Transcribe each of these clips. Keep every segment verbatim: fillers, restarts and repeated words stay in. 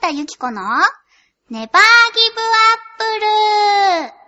田ゆき子のネバーギブアップル。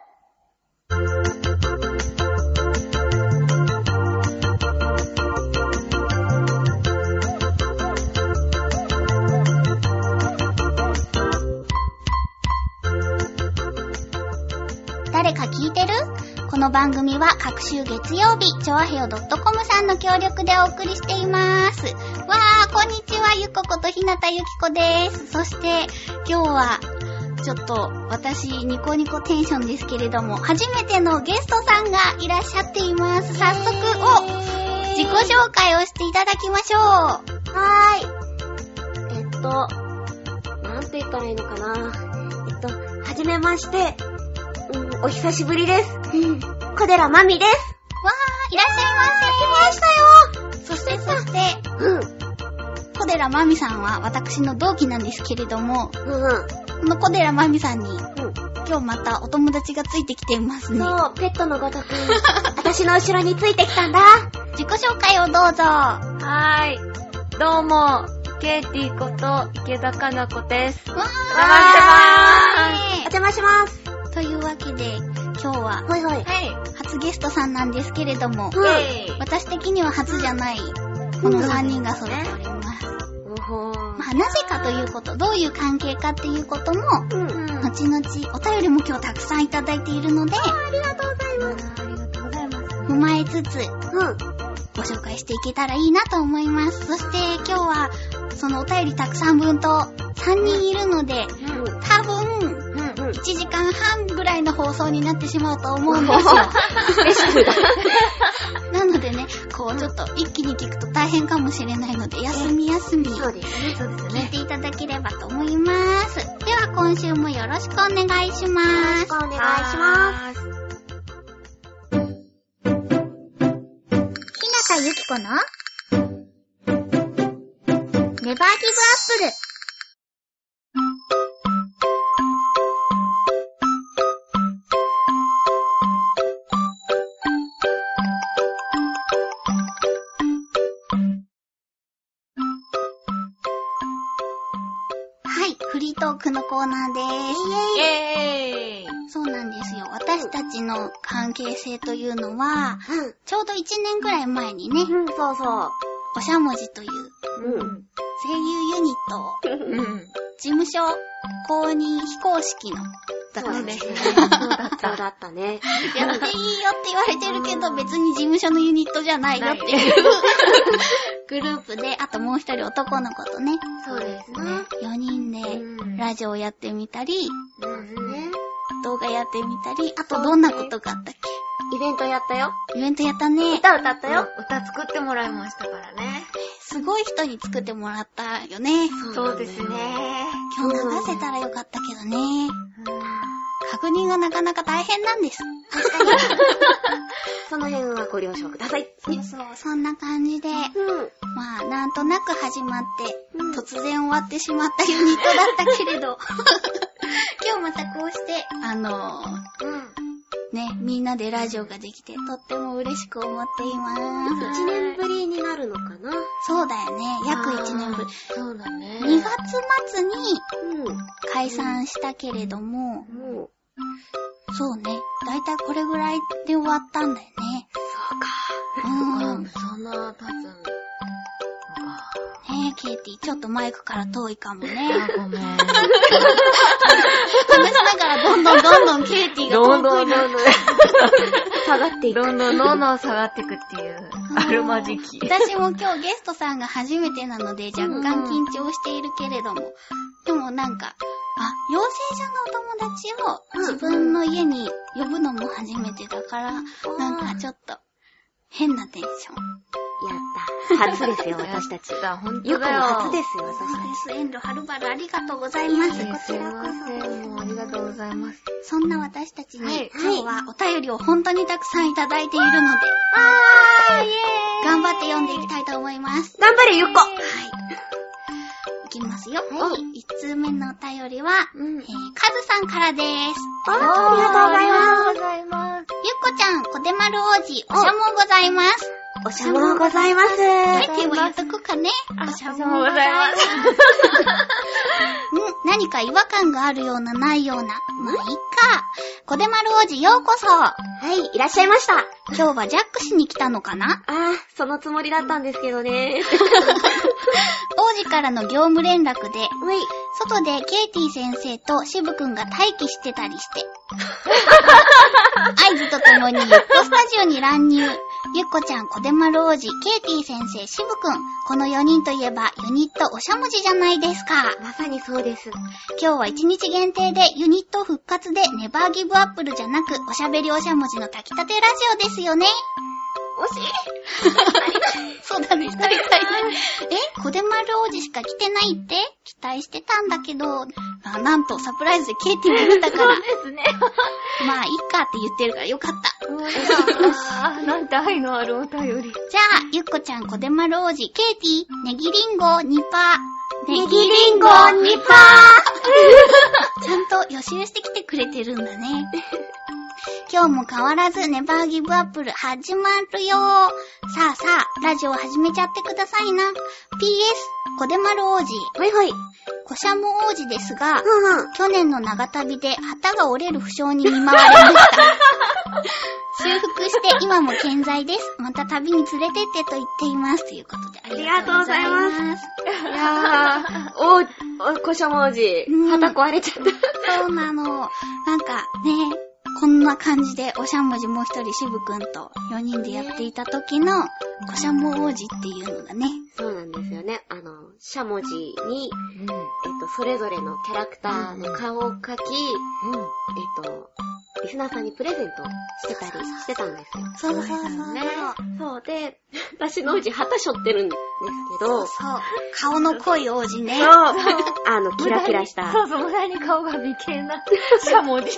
誰か聞いてる？この番組は各週月曜日、ちょあへよ .com さんの協力でお送りしています。わー、こんにちは、ゆこことひなたゆきこです。そして、今日は、ちょっと、私、ニコニコテンションですけれども、初めてのゲストさんがいらっしゃっています。早速、お、自己紹介をしていただきましょう。はーい。えっと、なんて言ったらいいのかな。えっと、はじめまして、うん、お久しぶりです。うん。小寺まみです。 わー、いらっしゃいませ。 来ましたよ。 そしてそして、うん。小寺まみさんは私の同期なんですけれども、うんうん。この小寺まみさんに、うん、今日またお友達がついてきていますね。 そう、ペットのごとく、私の後ろについてきたんだ。 自己紹介をどうぞ。 はーい。どうも、ケイティこと池田かな子です。わー、 お邪魔します。 というわけで、今日は、 はいはい。 初ゲストさんなんですけれども、 うん、 私的には初じゃない、このさんにんが揃っております。うんまあ、なぜかということ、どういう関係かっていうことも、うん、後々、お便りも今日たくさんいただいているので、ありがとうございます。 ありがとうございます。踏まえつつ、うん、ご紹介していけたらいいなと思います。そして今日は、そのお便りたくさん分とさんにんいるので、うん、多分、いちじかんはんぐらいの放送になってしまうと思うんですよ。なのでね、こうちょっと一気に聞くと大変かもしれないので、休み休み、 そうですね、そうですね。 聞いていただければと思います。では今週もよろしくお願いします。よろしくお願いします。 ひなたゆきこのネバーギブアップル。フリートークのコーナーでーす。 イエーイ。 そうなんですよ。私たちの関係性というのは、うん、ちょうどいちねんぐらい前にね、 うん、そうそう。 おしゃもじという、うん、声優ユニットを、うん、事務所公認非公式の、 だったね。そうだった。そうだったね。 やっていいよって言われてるけど、別に事務所のユニットじゃないよっていうグループで、あともう一人男の子とね。 そうですね。 よにんでラジオやってみたり、うんね、動画やってみたり、あとどんなことがあったっけ？ イベントやったよ。 イベントやったね。 歌歌ったよ。 歌作ってもらいましたからね。 すごい人に作ってもらったよね。 そうですね。 今日流せたらよかったけどね。うん、確認がなかなか大変なんです。 確かに。その辺はご了承ください。 そうそう、そんな感じで、うん、まあ、なんとなく始まって、うん、突然終わってしまったユニットだったけれど、今日またこうして、あのー、うんね、みんなでラジオができて、とっても嬉しく思っています。 いちねんぶりになるのかな？ そうだよね。約いちねんぶり。 そうだね。 にがつ末に解散したけれども、うん、そうね。だいたいこれぐらいで終わったんだよね。 そうか。 うん。 そんな経つんだ。 ねえ、ケイティ、ちょっとマイクから遠いかもね。 あ、ごめん。話しながらどんどんどんどんケイティが遠くに。 どんどんどんどん下がっていく。 どんどんどんどん下がっていくっていう、あるまじき。 私も今日ゲストさんが初めてなので若干緊張しているけれども、うん、でもなんか、あ、養成所のお友達を自分の家に呼ぶのも初めてだから、うん、なんかちょっと変なテンション。 やった。初ですよ、私たち。 だ、ほんとだよ。 よく初ですよ、私たち。 そうです。遠慮はるばるありがとうございます。こちらこそ。 もうありがとうございます。 そんな私たちに、はい、今日はお便りを本当にたくさんいただいているので、 あー、イエーイ。 頑張って読んでいきたいと思います。 頑張れ、ゆっこ。はい。 いきますよ。 はい。 いちつうめのお便りは、うんえー、カズさんからです。 ありがとうございます。 ゆっこちゃん、こでまる王子、おしゃもございます。 おしゃもございます。 ケイティも言っとくかね。 おしゃもございます。 ん何何か違和感があるようなないような。まあ、いっか。こでまる王子ようこそ。 はい、いらっしゃいました。 今日はジャックしに来たのかな？ あー、そのつもりだったんですけどね。 王子からの業務連絡で、 うい。 外でケイティ先生とシブくんが待機してたりして。合図とともにゆっこスタジオに乱入。ゆっこちゃん、こでまる王子、ケイティ先生、シブくん。このよにんといえばユニットおしゃもじじゃないですか。 まさにそうです。 今日はいちにち限定でユニット復活でネバーギブアップルじゃなくおしゃべりおしゃもじの炊きたてラジオですよね。 惜しい。 そうだね、二人足りない。え、こでまる王子しか来てないって期待してたんだけど、あ、なんとサプライズでケイティも来たから。 そうですね。 まあ、いっかって言ってるからよかった。 あー、なんて愛のあるお便り。 じゃあ、ゆっこちゃん、こでまる王子、ケイティ、ネギリンゴにパー。 ネギリンゴにパー。 ちゃんと予習してきてくれてるんだね。今日も変わらずネバーギブアップル始まるよー。さあさあ、ラジオ始めちゃってくださいな。ピーエス、こでまる王子。 はいはい。 こしゃも王子ですが、 うんうん。 去年の長旅で旗が折れる負傷に見舞われました。修復して今も健在です。また旅に連れてってと言っています。ということでありがとうございます。 いやー、お、お、こしゃも王子、旗壊れちゃった。 そうなの。なんかね、こんな感じでおしゃもじもう一人しぶくんとよにんでやっていた時のこしゃも王子っていうのがね。 そうなんですよね。あの、しゃもじに、うん、えっと、それぞれのキャラクターの顔を描き、うん、えっと、リスナーさんにプレゼントしてたりしてたんですよ。 そうそうそうそう。 ね、そうで、私のうち旗背負ってるんですけど、 そうそう。顔の濃い王子ね。 そう。あの、キラキラした。 そうそう、無駄に顔が美形なしゃもじ。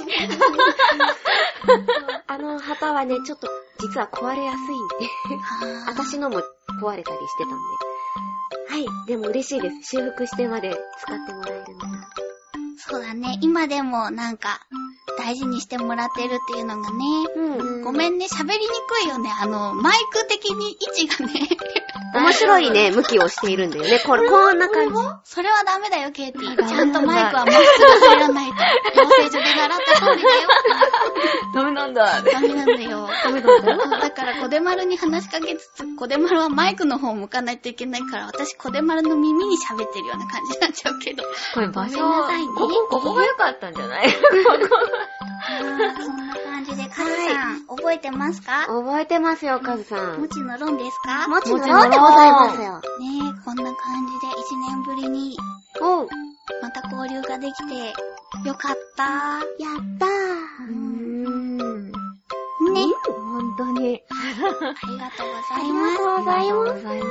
あの旗はね、ちょっと実は壊れやすいんで、私のも壊れたりしてたんで。はい、でも嬉しいです。修復してまで使ってもらえるのが。 そうだね、今でもなんか、大事にしてもらってるっていうのがね。うん。ごめんね、喋りにくいよね。あの、マイク的に位置がね。 面白いね、向きをしているんだよね。これ、こんな感じ。 それはダメだよ、ケイティ。ちゃんとマイクはまっすぐ入らないと。養成所で習った通りだよ。 ダメなんだ。 ダメなんだよ。ダメなんだよ。だから、コデマルに話しかけつつ、コデマルはマイクの方を向かないといけないから、私、コデマルの耳に喋ってるような感じになっちゃうけど。 これ場所、 ごめんなさいね。 ここ、ここが良かったんじゃないここ。 あー、そんな感じで、カズさん、覚えてますか？ 覚えてますよ、カズさん。 もちのロンですか？ もちのロンでございますよ。 ねえ、こんな感じで一年ぶりに、 おう、 また交流ができて、よかったー。 やったー。うーん。 ね。 ほんとに。 ありがとうございます。 ありがとうございます。 ありがとうございます。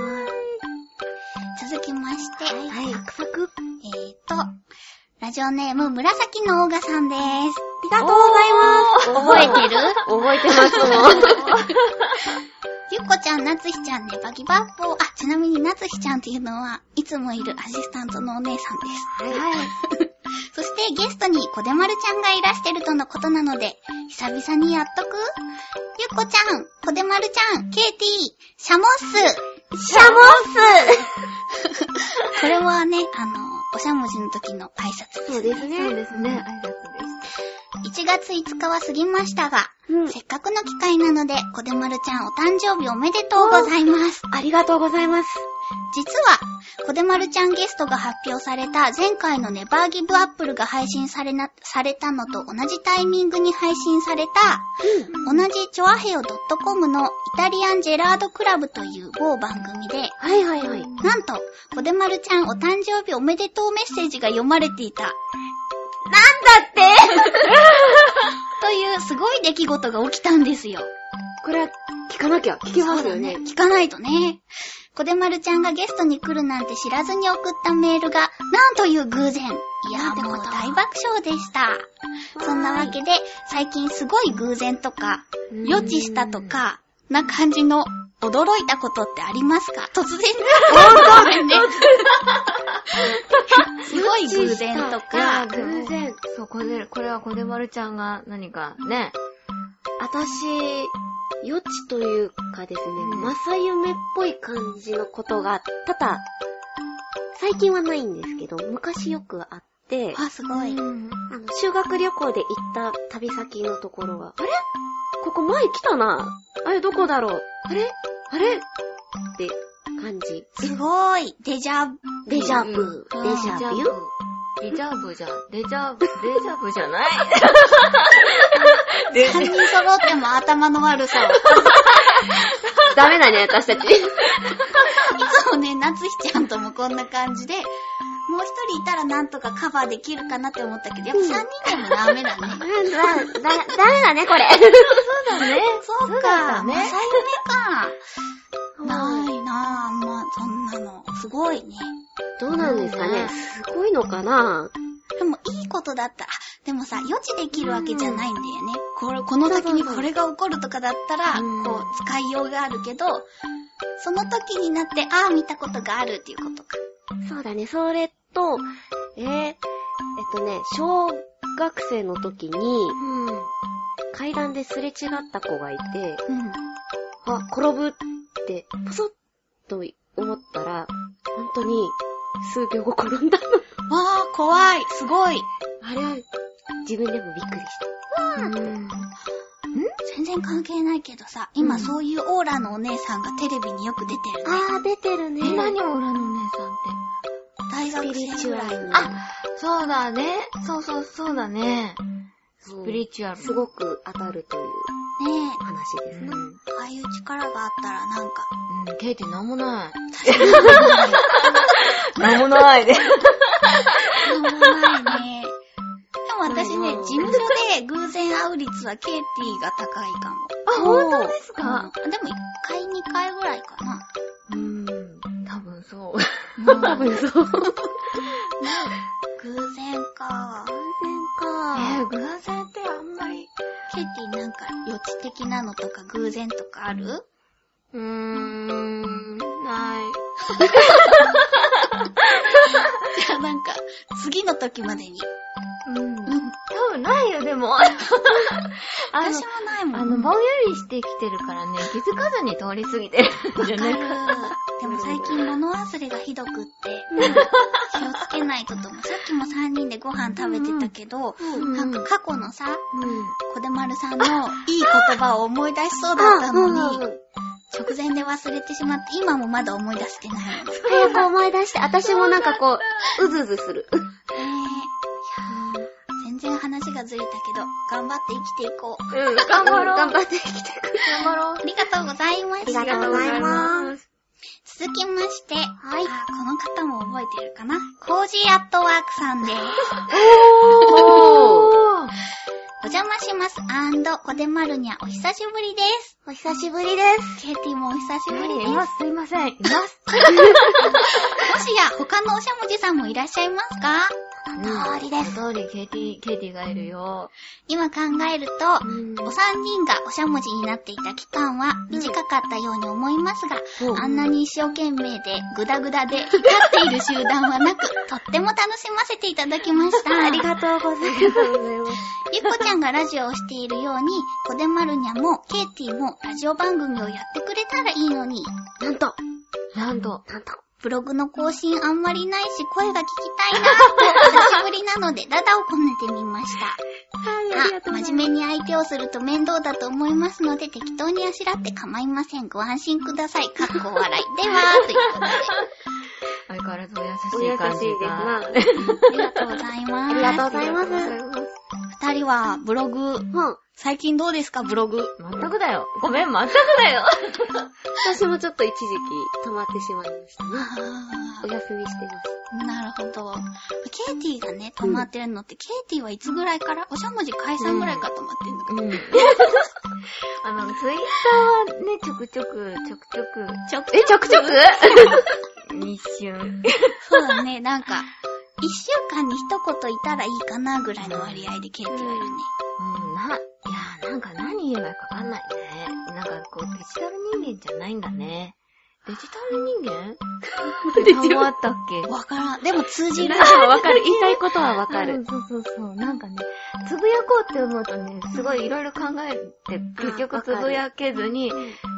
続きまして、 はい、サクサク。 えーと、ラジオネーム、紫のオーガさんです。 ありがとうございます。 覚えてる？ 覚えてますもん。 ゆっこちゃん、なつひちゃんね、バギバッポー。あ、ちなみになつひちゃんっていうのは、いつもいるアシスタントのお姉さんです。 はい。 そしてゲストにこでまるちゃんがいらしてるとのことなので、久々にやっとく？ゆっこちゃん、こでまるちゃん、ケイティ、シャモッス。 シャモッスこれはね、あの、おしゃもじの時の挨拶です。 そうですね。 そうですね、挨拶です。 いちがついつかは過ぎましたが、 うん、 せっかくの機会なので、こでまるちゃんお誕生日おめでとうございます。 ありがとうございます。 実は、こでまるちゃんゲストが発表された前回のネバーギブアップルが配信されな、されたのと同じタイミングに配信された、うん、同じチョアヘヨ .com のイタリアンジェラードクラブという某番組で、 はいはいはい。 なんと、こでまるちゃんお誕生日おめでとうメッセージが読まれていた。 なんだってというすごい出来事が起きたんですよ。 これは聞かなきゃ。聞きますよね。 聞かないとね。こでまるちゃんがゲストに来るなんて知らずに送ったメールが、なんという偶然。いや、もう大爆笑でした。そんなわけで、最近すごい偶然とか、予知したとか、な感じの驚いたことってありますか？突然本当ね。すごい偶然とか。 偶然。そう、これ、これはこでまるちゃんが何かね。 私、予知というかですね、まさ夢っぽい感じのことが多々、最近はないんですけど、昔よくあって、 あ、すごい。 あの、修学旅行で行った旅先のところが、あれここ前来たな。あれどこだろう。あれあれって感じ。 すごい。デジャブ。 デジャブ。 うんデジャビュデジャブじゃん。デジャブ、デジャブじゃないさんにん揃っても頭の悪さを。 ダメだね、私たち。 いつもね、夏日ちゃんともこんな感じで、もう一人いたらなんとかカバーできるかなって思ったけど、やっぱさんにんでもダメだね。 だ、だ、ダメだね、これ。 そうだね。 そうそうだか、 ねまさゆめか。ないなぁ、あんま、そんなの。すごいね。 どうなんですかね。すごいのかな。 でも、いいことだったら、でもさ、予知できるわけじゃないんだよね。これ、この時にこれが起こるとかだったら、 うんこう、使いようがあるけど、その時になって、ああ、見たことがあるっていうことか。 そうだね、それと、えー、えっとね、小学生の時に、 うん。 階段ですれ違った子がいて、 うん。 あ、転ぶって、ポソッと思ったら、本当に、数秒後転んだの。 わー、怖い。すごい。 あれは、自分でもびっくりした。 うん。全然関係ないけどさ、今、 うんそういうオーラのお姉さんがテレビによく出てるね。 あー、出てるね。 え、何オーラのお姉さんって。 大学スピリチ生ぐらいに。 ュアル。 あ、そうだね。そうそうそうだね。 そうスピリチュアル。 すごく当たるというね話ですね。 うん。 え、ああいう力があったらなんか、 うん、ケイティなんもない。 確かにない。 なんもないで。 なんもないね。でも私ね、 うん事務所で偶然会う率はケイティが高いかも。 あ、本当ですうんか？ でもいっかい、にかいぐらいかな。 うーん、多分そう。 うん多分そう。 偶然か。 全えか。 ー、偶然ってあんまり。 ケイティなんか予知的なのとか偶然とかある？ うーん、ない。 じゃあなんか、次の時までに。 うん。 うん。 多分ないよ、でも。あの私もないもん。 あの、ぼんやりしてきてるからね、気づかずに通り過ぎてるんじゃないか。 わかる。でも最近物忘れがひどくって、気をつけないとと思う。さっきもさんにんでご飯食べてたけど、 うんなんか過去のさ、 う小出丸さんのいい言葉を思い出しそうだったのに、 うんうんうん直前で忘れてしまって、今もまだ思い出してないの。 早く思い出して、私もなんかこう、うずうずする。 えー、いやー、全然話がずれたけど、頑張って生きていこう。 ん。うん、頑張ろう。 頑張って生きていく。 頑張ろう。 ありがとうございました。 ありがとうございます続きまして、 はいあーこの方も覚えてるかな。コージーアットワークさんです。 おー。 お邪魔します。アンド、コデマルニャ、お久しぶりです。 お久しぶりです。 ケイティもお久しぶりです。 います、すいません。います。 もしや、他のおしゃもじさんもいらっしゃいますか？ 通りです。 その通り、ケイティ、ケイティがいるよ。 今考えると、お三人がおしゃもじになっていた期間は短かったように思いますが、 うんあんなに一生懸命でグダグダで光っている集団はなく、とっても楽しませていただきました。 ありがとうございます。 ゆっこちゃんがラジオをしているように、コデマルニャもケイティもラジオ番組をやってくれたらいいのに、 なんと、 なんと、 なんと。 ブログの更新あんまりないし声が聞きたいなと久しぶりなのでダダをこねてみました。 はいあ、真面目に相手をすると面倒だと思いますので適当にあしらって構いません。ご安心ください。かっこ笑い。では、ということで。 相変わらずお優お優しい感じしいですが。 な。 ありがとうございます。 ありがとうございます。 二人はブログ、 うん。 最近どうですかブログ。 全くだよ。ごめん、全くだよ。 私もちょっと一時期止まってしまいましたね。 あお休みしてます。 ーなるほど。ケイティがね、止まってるのって、ケイティはいつぐらいからおしゃもじ解散ぐらいか止まってんのか。 うん。あの、ツイッターはね、ちょくちょく、ちょくちょく。 ちょくえ、ちょくちょく一瞬。 そうだね、なんか、一週間に一言いたらいいかなぐらいの割合でケイティはいるね。 うん、な、いや、なんか何言えばいいかわかんないね。なんかこう、デジタル人間じゃないんだね。デジタル人間デジタル単語あったっけわからん。でも通じる。 あ、わかる。言いたいことはわかる。 うんそうそうそう。なんかね、つぶやこうって思うとね、すごいいろいろ考えて、結局つぶやけずに、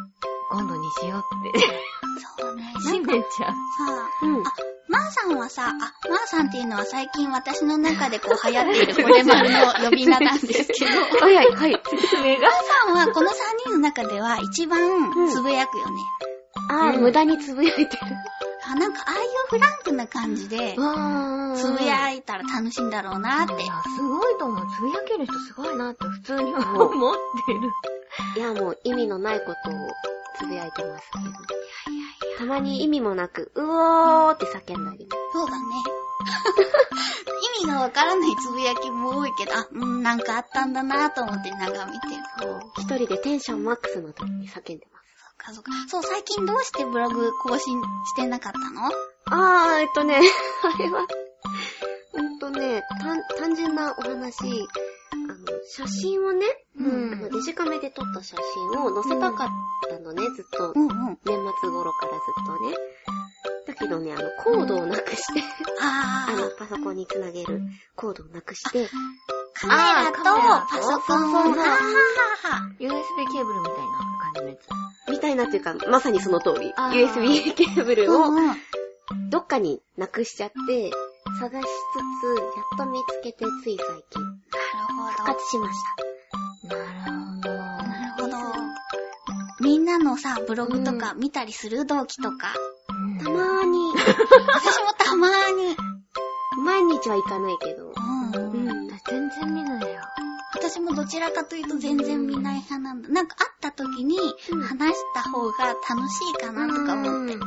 今度にしようって。 そうね。 信念ちゃう。 さあ、 うん。 あ、まーさんはさ、あ、まーさんっていうのは最近私の中でこう流行っているこれまるの呼び名なんですけど。 はいはい、はい。説明が。 まーさんはこのさんにんの中では一番つぶやくよね。 あー、 うん無駄につぶやいてる。 あ、なんかああいうフランクな感じで、 わー。 つぶやいたら楽しいんだろうなってい。や、すごいと思う。つぶやける人すごいなって普通に思ってる。 いや、もう意味のないことをつぶやいてますけど。たまに意味もなく、うおーって叫んだり。 そうだね。意味がわからないつぶやきも多いけど、あ、うん、なんかあったんだなと思って眺めてる。 そう。一人でテンションマックスの時に叫んでます。 そっかそっか。そう、最近どうしてブログ更新してなかったの？ あー、えっとね、あれは、うんとね、単、単純なお話、あの、写真をね、 うんあのデジカメで撮った写真を載せたかったのね、ずっと。 うんうん。 年末頃からずっとね。だけどね、あの、コードをなくして、 ああの、 ー、 パソコンにつなげるコードをなくして、 カメラとあーカメラとパソコンを、 そうそうそうはははは。 ユーエスビー ケーブルみたいな感じのやつ。 みたいなっていうか、まさにその通り、 あーユーエスビー ケーブルをうんうん。 どっかになくしちゃって、探しつつ、やっと見つけて、つい最近、復なるほど。 活しましなるほど。 なるほど。みんなのさ、ブログとか見たりする？同期とか。 た。たまーに、 私もたまーに。 毎日は行かないけど、 うん。 うん。 全然見ないよ。 私もどちらかというと全然見ない派なんだ。なんか会った時にうん話した方が楽しいかなとか思って。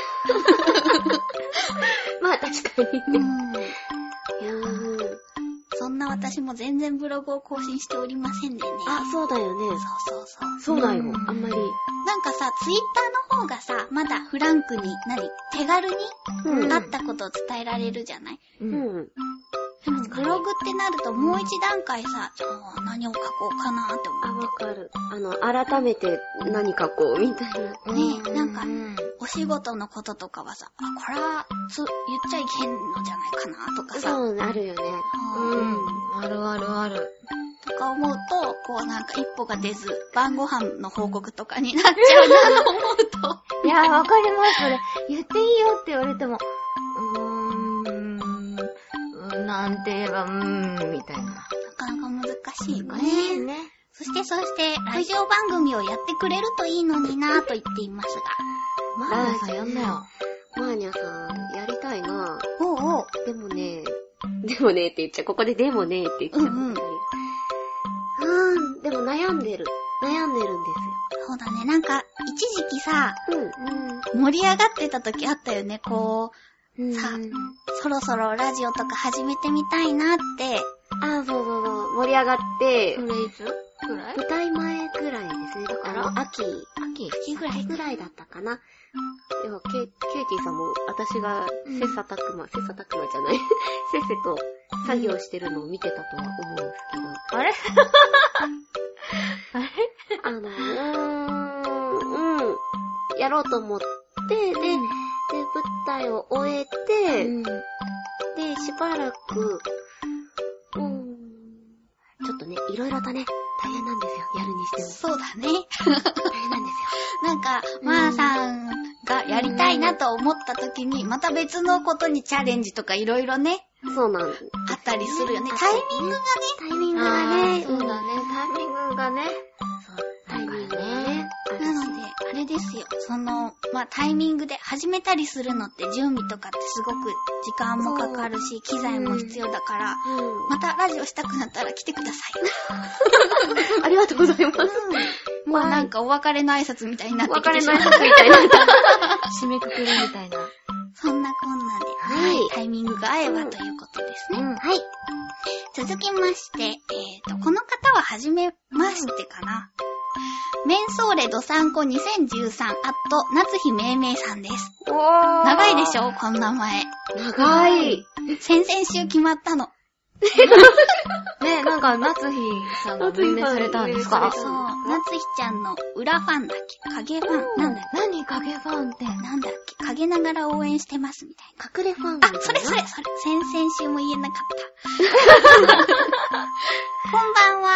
まあ確かにね。 うん。 うん。 そんな私も全然ブログを更新しておりませんでね。 あ、そうだよね。 そうそうそう。 そうだよ。 うんあんまり。 なんかさ、ツイッターの方がさ、まだフランクに、何手軽にうんあったことを伝えられるじゃない？ う。 うんん。 でもブログってなるともう一段階さ、じゃあ何を書こうかなってあ、 思って。 わかる。あの、改めて何かこう、みたいな。 ねえなんかうんお仕事のこととかはさ、あ、これはつ言っちゃいけんのじゃないかなとかさ、 そう、あるよね。 うんうん。あるあるある。 とか思うと、こうなんか一歩が出ず、晩ご飯の報告とかになっちゃうなと思うと。 いや、わかります、それ。言っていいよって言われても、うーん、うーんなんて言えば、うーん、みたいな。 なかなか難しい難しいね。 ね。 そしてそして、ラジオ番組をやってくれるといいのになぁと言っていますが。 マーナさんやんなよ。 マーニャさん、やりたいな。 おうおう。 でもね、でもねって言っちゃう。ここででもねって言っちゃう。 うんうんうーん、でも悩んでる。悩んでるんでそうだね。なんか、一時期さ、 すよ。うん。 盛り上がってた時あったよね。こうん。 さう、そろそろラジオとか始めてみたいなって。 あ、そうそうそう。盛り上がってそ、れいつくらい舞台前くらいですね。だから、 あら秋、 秋秋ぐらいぐらいだったかな。でも、ケケイティさんも、私が切磋琢磨、切磋琢磨じゃない。せっせと作業してるのを見てたとは思うんですけど。 あれあれあの、うーん、うん、やろうと思って、で、で、舞台を終えて、 うん。 で、しばらく、うーん、ちょっとね、いろいろとね、大変なんですよ。やるにしても。 そうだね。 大変なんですなんか、まーさんがやりたいなと思った時に、また別のことにチャレンジとかいろいろね、 よ。そうなんです。 あったりするよね。 あタイミングがね。 タイミングあがね、 ーそうだね。タイミングがね。 タイミングがね。 なので、あれですよ。その、まあ、タイミングで始めたりするのって準備とかってすごく時間もかかるし、機材も必要だから、 うん。 またラジオしたくなったら来てください。 ありがとうございます。 もうなんかお別れの挨拶みたいになってき別れてしまう。 の挨拶みたいになった。 締めくくりみたいな。 そんなこんなで、 はいタイミングが合えばということですね。 うん。 はい。 続きまして、えーと、この方は初めましてかな。メンソーレドサンコにせんじゅうさんアット夏日めいめいさんです。 おー。 長いでしょこの名前。 長い。 先々週決まったの。 ね、なんか、夏日さんが命名されたんですか？ そう、夏日ちゃんの裏ファンだっけ影ファンなんだっ何影ファンって。 けなんだっけ陰ながら応援してますみたい隠れファンみな。あ、 たいな。 それそれそれ。先々週も言えなかった。こんばんは。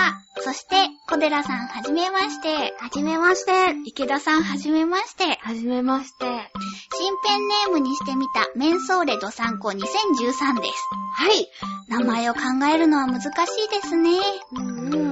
そして、小寺さんはじめまして。 はじめまして。 池田さんはじめまして。 はじめまして。 新ペンネームにしてみたメンソーレドサンコにせんじゅうさんです。 はい。 名前を考えるのは難しいですね。 うんうん。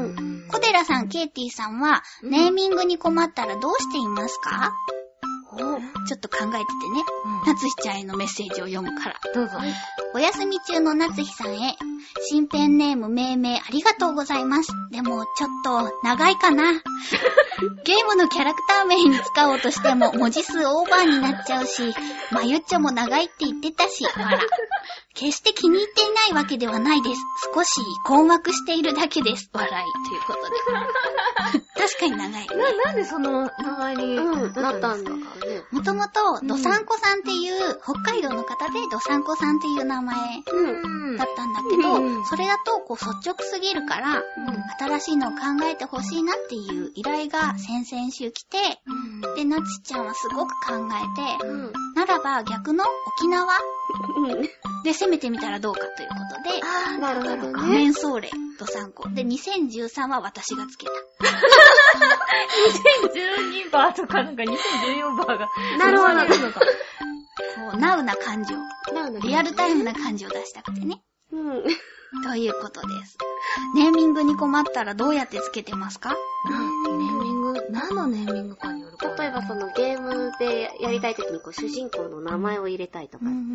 小寺さん、ケイティさんは、ネーミングに困ったらどうしていますか？ うん、 ちょっと考えててね。うん、夏日ちゃんへのメッセージを読むから。 どうぞ。 お休み中の夏日さんへ、新ペンネーム命名ありがとうございます。でも、ちょっと、長いかな。ゲームのキャラクター名に使おうとしても、文字数オーバーになっちゃうし、まゆっちょも長いって言ってたし、わら。決して気に入っていないわけではないです。少し困惑しているだけです。笑い。ということで。確かに長い、ね。 な、なんでその名前に、 うん、なったんだかね。 もともと、ドサンコさんっていう、北海道の方でドサンコさんっていう名前だったんだけど、うん、それだとこう率直すぎるから、うん、新しいのを考えてほしいなっていう依頼が先々週来て、うん、で、なつちゃんはすごく考えて、うん、ならば逆の沖縄で攻めてみたらどうかということで、 あー、なるほどね。 メンソーレドサンコ。で、にせんじゅうさんは私がつけた。 にせんじゅうにバーとかなんかにせんじゅうよんバーが。 なるほど。 そう、ナウな感情。 ナウなリアルタイムな感じを出したくてね。 うん。 ということです。ネーミングに困ったらどうやってつけてますか？ な、ネーミング、何のネーミングかによるか。 例えばそのゲームでやりたいときにこう主人公の名前を入れたいとか。 うんうんうん。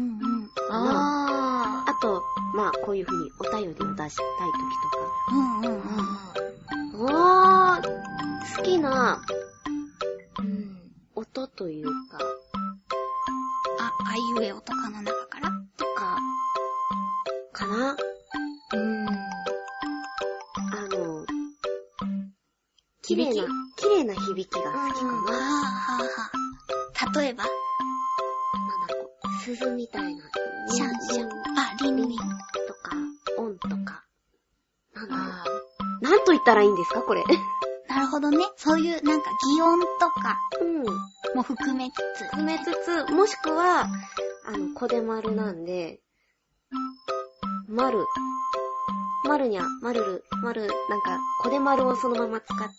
ああ。あと、まあこういう風にお便りを出したいときとか。 うんうんうん。 おー、好きな、うん、音というか。 あ、あいうえおとかの中からとか、かな？ うーん。 あの、綺麗な、綺麗な響きが好きかな。はぁはぁはぁ。例えば？ なんだろう、鈴みたいな。 シャンシャン。あ、リンリン。 とか、音とか。なんだろう。なんと言ったらいいんですか、これ。 なるほどね。そういうなんか擬音とか。 うん。 も含めつつ。 含めつつ、もしくは、あの、コデマルなんで、マル、マルニャ、マルル、マル、なんか、コデマルをそのまま使って、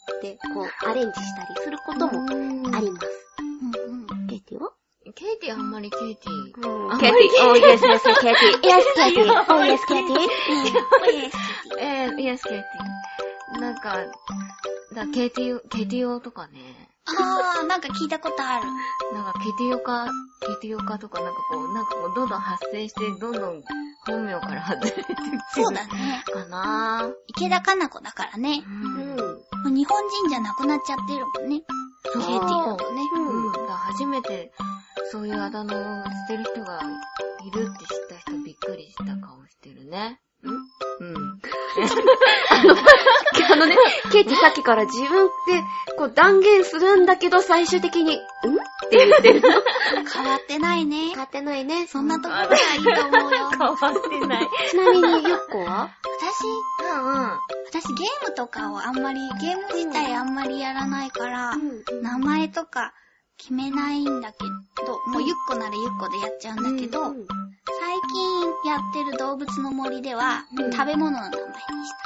こう、アレンジしたりすることもあります。 うんうん。 ケイティは？ ケイティあんまりケイティ。 うん、ケイティ。Oh, yes, yes, ケイティ。Yes, ケイティ。Oh, yes, ケイティ。 えー、yes, ケイティ。なんか、だケイティオ、ケイティオとかね。 あー、なんか聞いたことある。 なんかケイティオカ、ケイティオカとかなんかこう、なんかこう、どんどん発生して、どんどん本名から外れてってそうだね。 かなぁ。 池田かな子だからね。 うん。 日本人じゃなくなっちゃってるもんね。 そう。 ケイティだとね。 うん。だ初めて、そういうあだ名を捨てる人がいるって知った人びっくりした顔してるね。んうん。 あの、あのね、ケイティさっきから自分ってこう断言するんだけど最終的に、んって言ってるの。 変わってないね。 変わってないね。 そんなところがいいと思うよ。 変わってない。 ちなみにゆっこは？ 私、 うんうん。 私ゲームとかをあんまり、ゲーム自体あんまりやらないから、 うん、 名前とか決めないんだけど、もうゆっこならゆっこでやっちゃうんだけど、うんうん、最近やってる動物の森では、うん、食べ物の名前にした。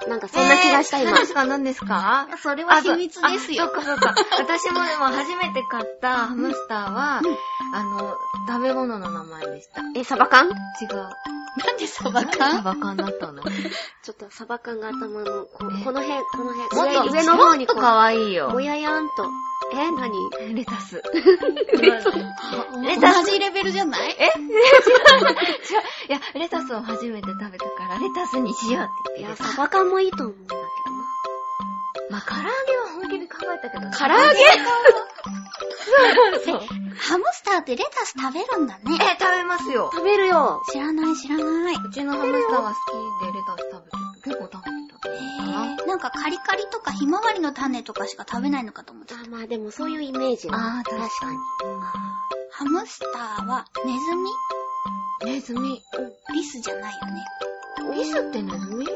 なんかそんな気がした今。 何ですか何ですか？ それは秘密ですよ。 そっかそっか。私もでも初めて買ったハムスターは、うん、あの、食べ物の名前でした。 え、サバ缶？違う。 なんでサバ缶？ サバ缶だったの？ ちょっとサバ缶が頭の、こ, この辺、この辺、 上, 上の方にこう。 もっと可愛いよ。 もややんと。え、何？ レタス。 レタス。 レタス。同じレベルじゃない？ え？違う。違う。いや、レタスを初めて食べたから、レタスにしようって言って。 いや、サバ缶もいいと思うんだけどな。 まあ、唐揚げは本気で考えたけどね。 唐揚げそう。ハムスターってレタス食べるんだね。 え、食べますよ。 食べるよ。 知らない知らない。 うちのハムスターは好きでレタス食べてる。結構食べてた。 へぇー。なんかカリカリとかひまわりの種とかしか食べないのかと思ってた。 あ、まあでもそういうイメージは。 ああ、確かに。 ハムスターはネズミ？ネズミ。 リスじゃないよね。 リスってネズミ？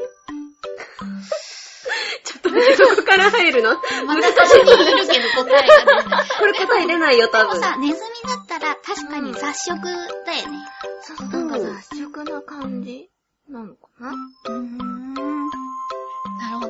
ちょっと待って、そこから入るの？ またそこにいるけど答えが出ない。 これ答え出ないよ、多分。 でもさ、ネズミだったら確かに雑食だよね。 そうそう、なんか雑食な感じなのかな？ うーん。なるほど。何の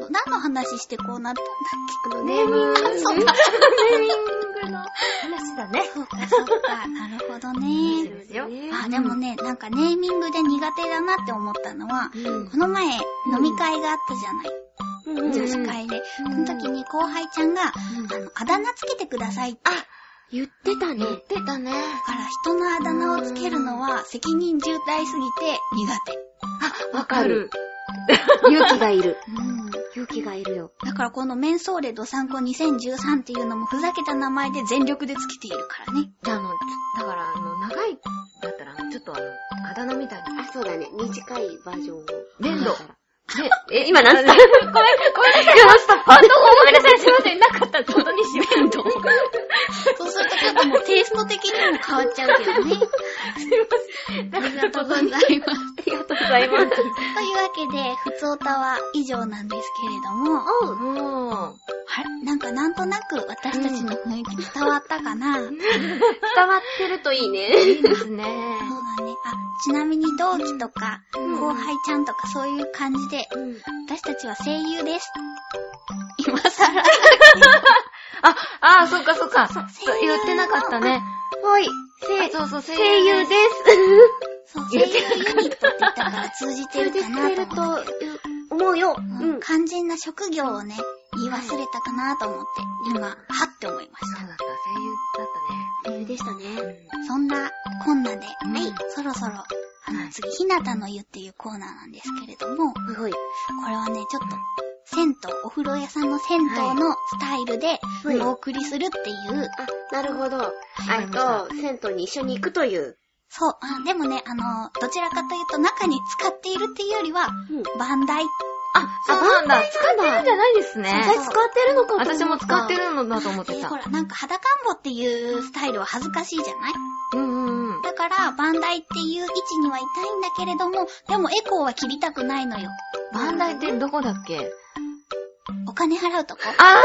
話してこうなったんだっけ。 あの、ネーミング。 そうだ。 ネーミングの話だね。 そうか、そうか。なるほどね。 ですよ。 あ、でもね、なんかネーミングで苦手だなって思ったのは、 うんこの前飲み会があったじゃない。 うん女子会で。 うんその時に後輩ちゃんが、 うんあの、あだ名つけてくださいって。 言ってたね。 言ってたね。 だから人のあだ名をつけるのは責任重大すぎて苦手。 わかる。 る。 勇気がいる。 うん。 勇気がいるよ。 だからこのメンソーレドサンコにせんじゅうさんっていうのもふざけた名前で全力でつけているからね。 じゃあ、あの、だから、あの、長いだったら、あの、ちょっとあの、あだ名みたいな。 あ、そうだね。短いバージョンを。 粘土。 で、え、今何つったごめん、ごめんなさい。ストップ。あ、ごめんなさい。すいません。なかった。本当にしめんと。 そうするとちょっともうテイスト的にも変わっちゃうけどね。ありがとうございます。 ありがとうございます。 というわけで、ふつおたは以上なんですけれども、 おう。 もう、 あれなんかなんとなく私たちの雰囲気伝わったかな、そう伝わってるといいね。 いいですね。 だね。あ、ちなみに同期とか、 うん後輩ちゃんとかそういう感じで、 うん。 私たちは声優です。今更。 あ、あ、そっかそっか。 そうそう言ってなかったね。 はい。 あ声、 そうそう、 声優です。 そう、声優ユニットって言ったから通じてるかなと思って。 思うよ。 ううんん。 肝心な職業をね、言い忘れたかなと思って、今、はって思いました。 そうだった、声優だったね。 声優でしたね。 そんなこんなで、 うんはい、そろそろ、あの、 はい次、ひなたの湯っていうコーナーなんですけれども、こはいはい。 れはね、ちょっと、銭湯、お風呂屋さんの銭湯のスタイルではいお送りするっていう、 あ、なるほど。 わかありましたと、銭湯に一緒に行くという。 そう、あでもね、あの、どちらかというと中に使っているっていうよりは、 うん。 バンダイ。 あ、そうなんだ。使ってるんじゃないですね。 私使ってるのかと思った。 私も使ってるのだと思ってた。 でほら、なんか裸んぼっていうスタイルは恥ずかしいじゃない？ うんうんうん。 だから、バンダイっていう位置にはいたいんだけれども、でもエコーは切りたくないのよ。 バンダイってどこだっけ？ お金払うとこ。 あ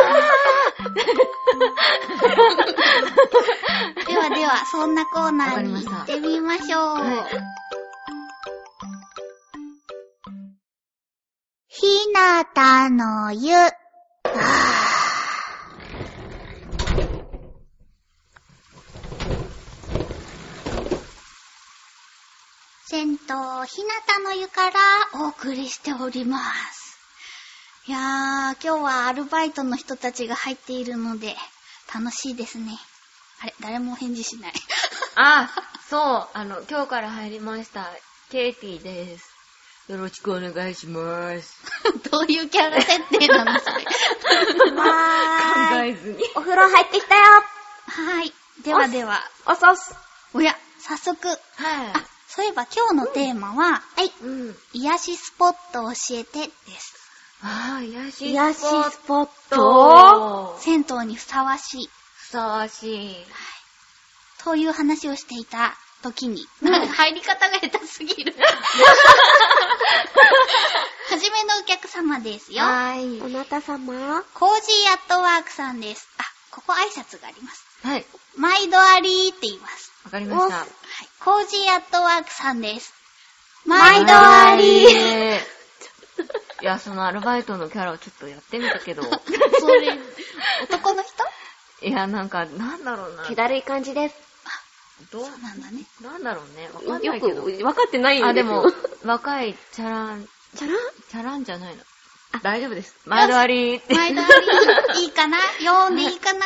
ではでは、そんなコーナーにわかりました行ってみましょう。 はいひなたの湯。はぁ銭湯ひなたの湯からお送りしております。いやー、今日はアルバイトの人たちが入っているので、楽しいですね。あれ、誰も返事しない。 あ、そう、あの、今日から入りました、ケイティです。よろしくお願いします。 どういうキャラ設定なのそれ。 はーい。 考えずに。 お風呂入ってきたよ。 はい。ではでは、 おそす。 おや、早速。 はい。 あ、そういえば今日のテーマは、 はい。 うん。 癒しスポット教えてです。 あー、癒し癒しスポット。 と、 銭湯にふさわしい。 ふさわしい。 という話をしていた時に、なんか入り方が下手すぎる。はじめのお客様ですよ。 はーい。 あなた様。 コージーアットワークさんです。あ、ここ挨拶があります。 はい。 毎度ありーって言います。 わかりました。 はい。コージーアットワークさんです。 毎度毎度あありりー。 いや、そのアルバイトのキャラをちょっとやってみたけど。 それ、男の人？ いや、なんか、なんだろうな。 気だるい感じです。 どうそうなんだね。 なんだろうね。わかんなよいけど。 く分かってないんですよ。 あ、でも、若いチャラン、 チャランチャランじゃないの。大丈夫です。毎度ありーって。 毎度あり。いいかな？読んでいいかな？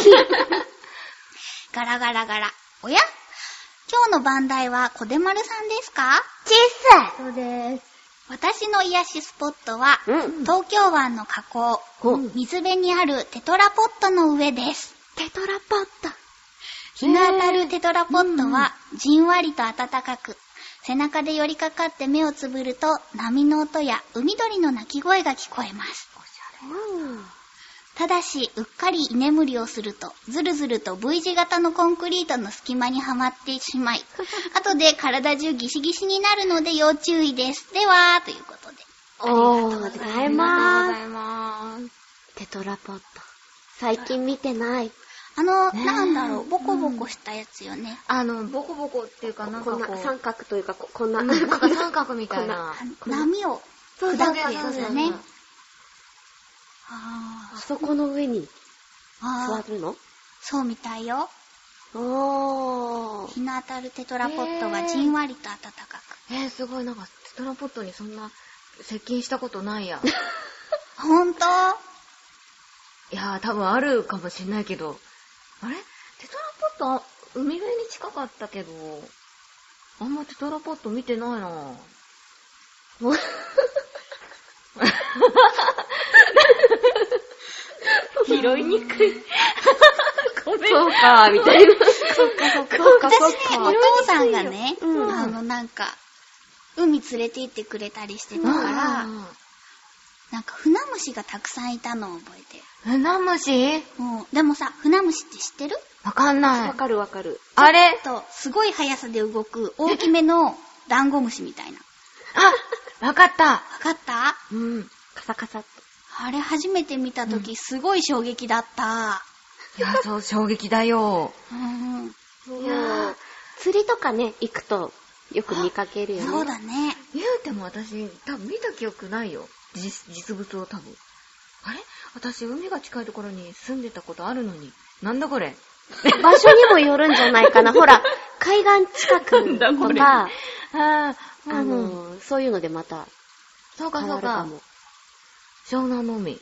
ガラガラガラ。おや？今日の番台は小出丸さんですか？ チッそうです。 私の癒しスポットは、 スうん。 東京湾の河口、 ほ水辺にあるテトラポットの上です。 テトラポット。 日が当たるテトラポットは、じんわりと暖かく、背中で寄りかかって目をつぶると、波の音や海鳥の鳴き声が聞こえます。 うん。 ただし、うっかり居眠りをすると、ずるずると V 字型のコンクリートの隙間にはまってしまい、後で体中ギシギシになるので要注意です。では、ということで。 おー、ございありがとうごまざいます。 す。テトラポット。最近見てない。 あの、 ねえなんだろう、ボコボコしたやつよね。 あの、ボコボコっていうかなんかこう、 こんな三角というか、ここんな。 うんなんか三角みたいな。 あの波をそう砕くやつそうそうそうね。 ああそこの上にあ座るの？ そうみたいよ。 おー。 日の当たるテトラポットがじんわりと暖かく。 えー、すごい、なんか、テトラポットにそんな、接近したことないや。 ほんと？ いやー、多分あるかもしんないけど、あれテトラポット、海辺に近かったけど、あんまテトラポット見てないなぁ。拾いにくい。ごめん。 そうか、みたいな。 そっかそっか。私ね、お父さんがね、 うん、 あのなんか、海連れて行ってくれたりしてたから、なんか船虫がたくさんいたのを覚えてる。 船虫？ もうでもさ、船虫って知ってる？ わかんない。 わかるわかる。 あれと、すごい速さで動く大きめのダンゴムシみたいな。 あ、わかった。 わかった？ うん。 カサカサっと。 あれ初めて見たとき、すごい衝撃だった。 いや、そう、衝撃だよ。 うんうん。 いやー、釣りとかね、行くとよく見かけるよね。 そうだね。 言うても私、多分見た記憶ないよ。実、実物を多分。あれ？私、海が近いところに住んでたことあるのに。なんだこれ？ 場所にもよるんじゃないかな。ほら、海岸近くとか、 ああ、 あのー、そういうのでまたそうか変そうか。 わるかも。 湘南の海。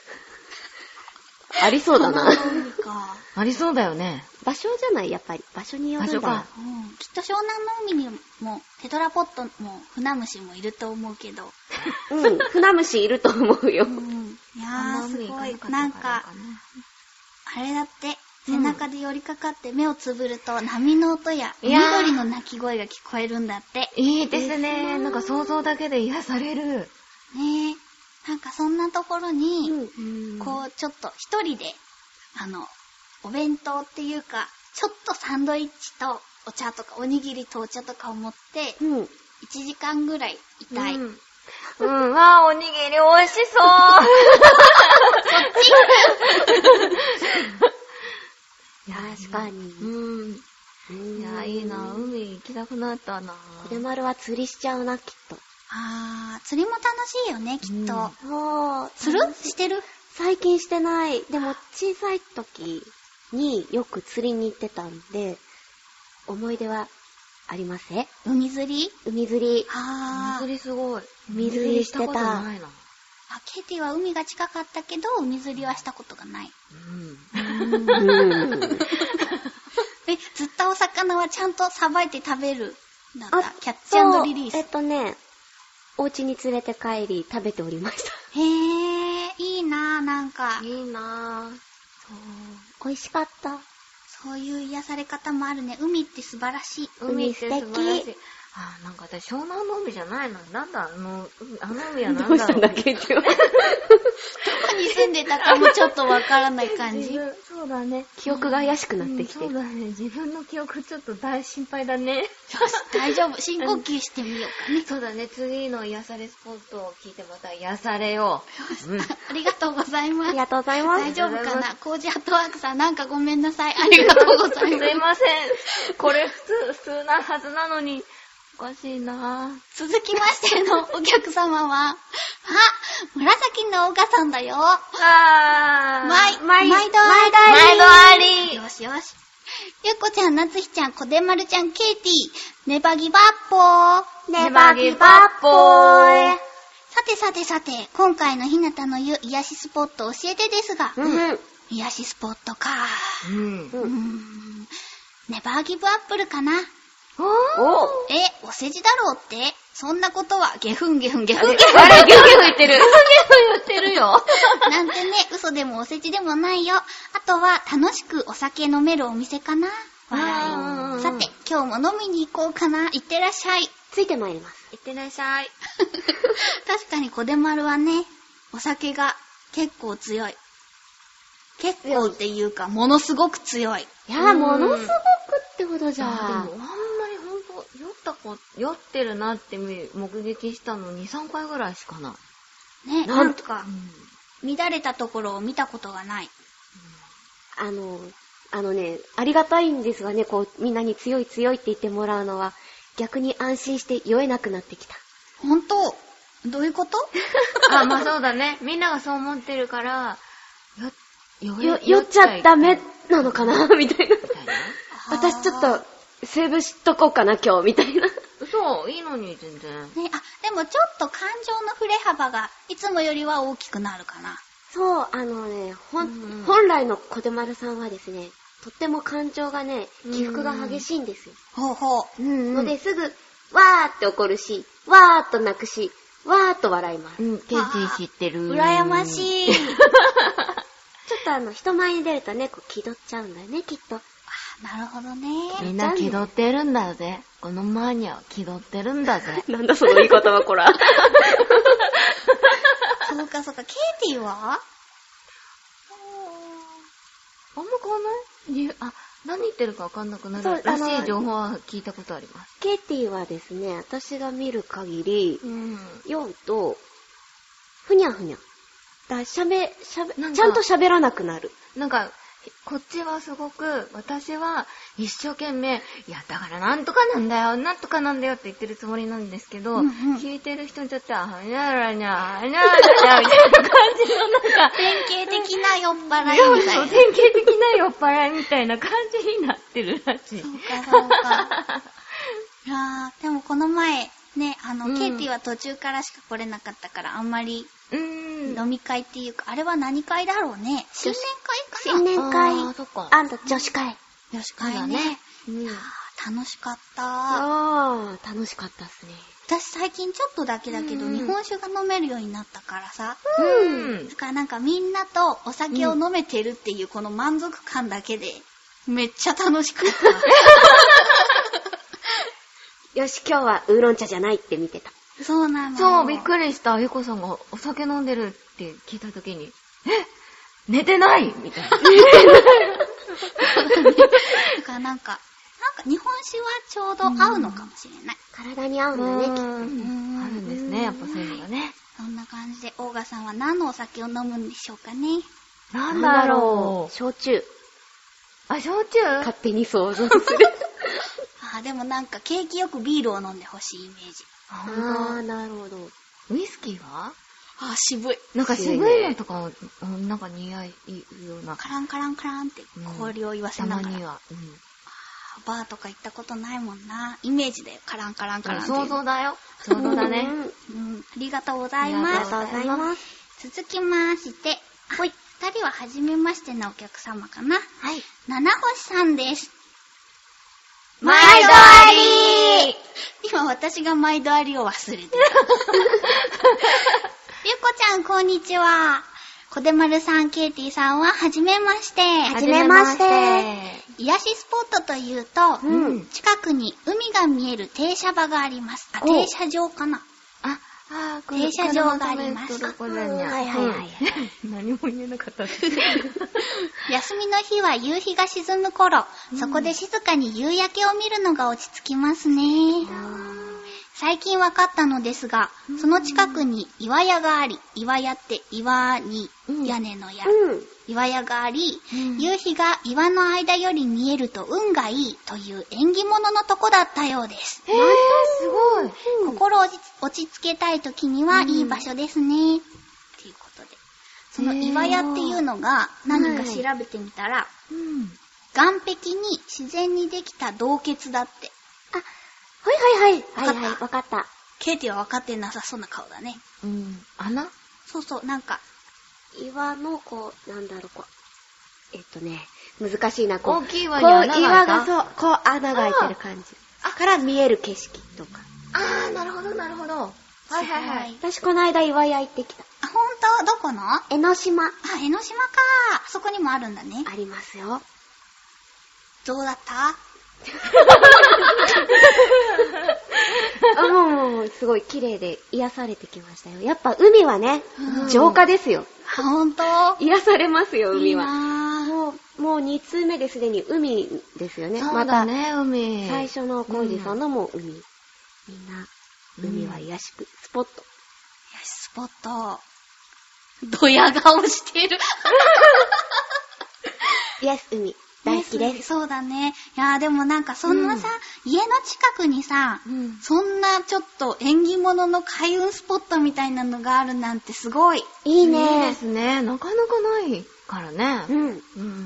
ありそうだな。 そうか。 ありそうだよね。 場所じゃない、やっぱり。場所によるんだよ。 場所かうん、きっと湘南の海にもテトラポットも船虫もいると思うけど。 うん、船虫いると思うよ。 うん、いやーすごい。 かなんか、あれだって、背中で寄りかかって目をつぶると波の音やいやー緑の鳴き声が聞こえるんだって。 いいですね。なんか想像だけで癒される。 ねえ。なんかそんなところに、 うん、 こうちょっと一人で、あの、お弁当っていうか、ちょっとサンドイッチとお茶とかおにぎりとお茶とかを持って、 うん。 いちじかんぐらいいたい。 うん。うん、わー、おにぎり美味しそう。 確かに。 うん。 うんいや、いいな。海行きたくなったな。 これ丸は釣りしちゃうな、きっと。 あー、釣りも楽しいよね、きっと。 そう。 する？してる？ 最近してない。でも、小さい時によく釣りに行ってたんで、思い出はありますね。 海釣り？ 海釣り。 あー。 海釣りすごい。 海釣りしてた海釣りしたことないな。 あ、ケイティは海が近かったけど、海釣りはしたことがない。 うん。 うん。 え、釣ったお魚はちゃんとさばいて食べるんだった。 あキャッチ&リリース。 えっとね、お家に連れて帰り食べておりました。 へー、いいなぁ、なんか。 いいなぁ。 美味しかった。 そういう癒され方もあるね。海って素晴らしい。 海って素晴らし海素い。あー、なんか私、湘南の海じゃないな。なんだ、あの、海あの海はなんだろう。 どうしたんだっけって。 どこに住んでたかもちょっとわからない感じ。 自分そうだね。 記憶が怪しくなってきて。 そうだね。自分の記憶ちょっと大心配だね。 大丈夫。深呼吸してみようかね。 そうだね。次の癒されスポットを聞いてまた癒されよう。うん。 ありがとうございます。 ありがとうございます。 大丈夫かな？コージアットワークさん、なんかごめんなさい。ありがとうございます。 すいません。これ普通、普通なはずなのに、おかしいなぁ。 続きましてのお客様は、あ、紫のオカさんだよ。 あー。 毎、 毎毎度毎度毎度あり。 よしよし。ゆっこちゃん、なつひちゃん、こでまるちゃん、ケイティ、ネバギバッポー。 ネバギバッポー。 さてさてさて、今回のひなたの言う癒しスポット教えてですが、 うん。 癒しスポットか。 うん。 うーん。ネバーギブアップルかな。 おおえ、お世辞だろうって？そんなことは、ゲフンゲフンゲフンゲフン。 あれ、ギュギュ言ってる。ギュギュ言ってるよ。 なんてね、嘘でもお世辞でもないよ。あとは、楽しくお酒飲めるお店かな。 あー笑い。さて、今日も飲みに行こうかな。いってらっしゃい。 ついてまいります。 いってらっしゃい。 確かに小出丸はね、お酒が結構強い。結構っていうか、ものすごく強い。 いやー、ものすごくってほどじゃあーでも、あんあ。 まりほんと、酔った子、酔ってるなって目撃したのに、さんかいぐらいしかない。 ね、 ななんんか、乱れたところを見たことがない。 あの、あのね、ありがたいんですがね、こう、みんなに強い強いって言ってもらうのは、逆に安心して酔えなくなってきた。 ほんと、 どういうこと？ あ、まあそうだね。みんながそう思ってるから、よ、 よ、酔っちゃダメなのかなみたいな。私ちょっと、セーブしとこうかな、今日、みたいな。 そう、いいのに、全然。 ね、あ、でもちょっと感情の振れ幅がいつもよりは大きくなるかな。 そう、あのね、ほん、 うん、 本来の小手丸さんはですね、とっても感情がね、起伏が激しいんですよ。 ほうほう。 うんうん、ので、すぐ、わーって怒るし、わーっと泣くし、わーっと笑います。 うん、ケイティ知ってる。 羨ましい。 ちょっとあの、人前に出るとね、こう気取っちゃうんだよね、きっと。 なるほどね。 みんな気取ってるんだぜ。このマーニャは気取ってるんだぜ。 なんだその言い方は、こら。 そうかそうか。ケイティはあんま変わんないあ、何言ってるか分かんなくなるらしい情報は聞いたことあります。 ケイティはですね、私が見る限り、うん、酔うと、ふにゃふにゃ。だ、しゃべ、しゃべ、ちゃんと喋らなくなる。 なんか、こっちはすごく、私は一生懸命、いや、だからなんとかなんだよ、なんとかなんだよって言ってるつもりなんですけど、うんうん、聞いてる人にとっては、はにゃらにゃ、はにゃらにゃ、みたいな感じのなんか、 典型的な酔っ払いみたいな。 そうそう、典型的な酔っ払いみたいな感じになってるらしい。 そうか、そうか。いやー、でもこの前、ね、あの、うん、ケイティは途中からしか来れなかったから、あんまり、うん、飲み会っていうか、あれは何会だろうね。新年会かな？ 新年会。 あ、そっか。 あんた女子会。 女子会だね。うん、いやー、楽しかった。 あー、楽しかったっすね。 私最近ちょっとだけだけど、うん、日本酒が飲めるようになったからさ。 うん。 だからなんかみんなとお酒を飲めてるっていうこの満足感だけで、めっちゃ楽しかった。 よし、今日はウーロン茶じゃないって見てた。 そうなの。 そう、びっくりした。ゆこさんがお酒飲んでるって聞いたときに、え寝てないみたいな。寝てないだからなんか、なんか日本酒はちょうど合うのかもしれない。 体に合うんだね、きっと。 あるんですね、やっぱそういうのがね。 そんな感じで、オーガさんは何のお酒を飲むんでしょうかね。 なんだろう。 焼酎。 あ、焼酎？ 勝手に想像する。 あ、でもなんか景気よくビールを飲んでほしいイメージ。 あー、なるほど。 ウイスキーは？ あ、渋い。 なんか渋いのとか、なんか似合いような。 カランカランカランって氷を言わせながら。 たまには。うん、 バーとか行ったことないもんな。イメージでカランカランカランって。 想像だよ。想像だね。 うん。ありがとうございます。 ありがとうございます。 続きまして、ほい。二人は初めましてのお客様かな。 はい。 七星さんです。 毎度ありー！今私が毎度ありを忘れてた。ゆこちゃん、こんにちは。こでまるさん、ケイティさんは、はじめまして。 はじめまして。 癒しスポットというと、うん、近くに海が見える停車場があります。あ、停車場かな。 あ、あー、 停車場があります。 はいはいはい。 何も言えなかったです。 休みの日は夕日が沈む頃、うん、そこで静かに夕焼けを見るのが落ち着きますね。最近分かったのですが、その近くに岩屋があり、岩屋って岩に屋根の屋、うん、岩屋があり、うん、夕日が岩の間より見えると運がいいという縁起物のとこだったようです。 へー、すごい。 うん、心を落ち着けたい時にはいい場所ですね。と、うん、いうことで。その岩屋っていうのが何か調べてみたら、うん、岸壁に自然にできた洞穴だって。 あ、はいはいはい。 はいはい、 わかった。 ケイティはわかってなさそうな顔だね。 うん。穴？ そうそう、なんか。 岩の、こう、なんだろう、こう。えっとね、難しいな、こう。 大きい岩に穴が開いた。 岩がそう、こう穴が開いてる感じ。あから見える景色とか。 あー、なるほどなるほど。はいはいはい。 私この間岩屋行ってきた。 あ、ほんと？どこの？ 江ノ島。 あ、江ノ島か。そこにもあるんだね。 ありますよ。 どうだった？ あ、もうもうもうすごい綺麗で癒されてきましたよ。やっぱ海はね、うん、浄化ですよ。 あ、ほんと？ 癒されますよ、海は。 いいなもう、もうに通目ですでに海ですよね。 そうだね、ま、海。 最初のコージさんのも海。うん、みんな、海は癒しく、スポット。 癒しスポット。ドヤ顔してる。 イエス、海。 大好きです。 ね、そうだね。いやーでもなんかそんなさ、うん、家の近くにさ、うん、そんなちょっと縁起物の開運スポットみたいなのがあるなんてすごい。 いいね。 いいですね。なかなかないからね。うん。うん、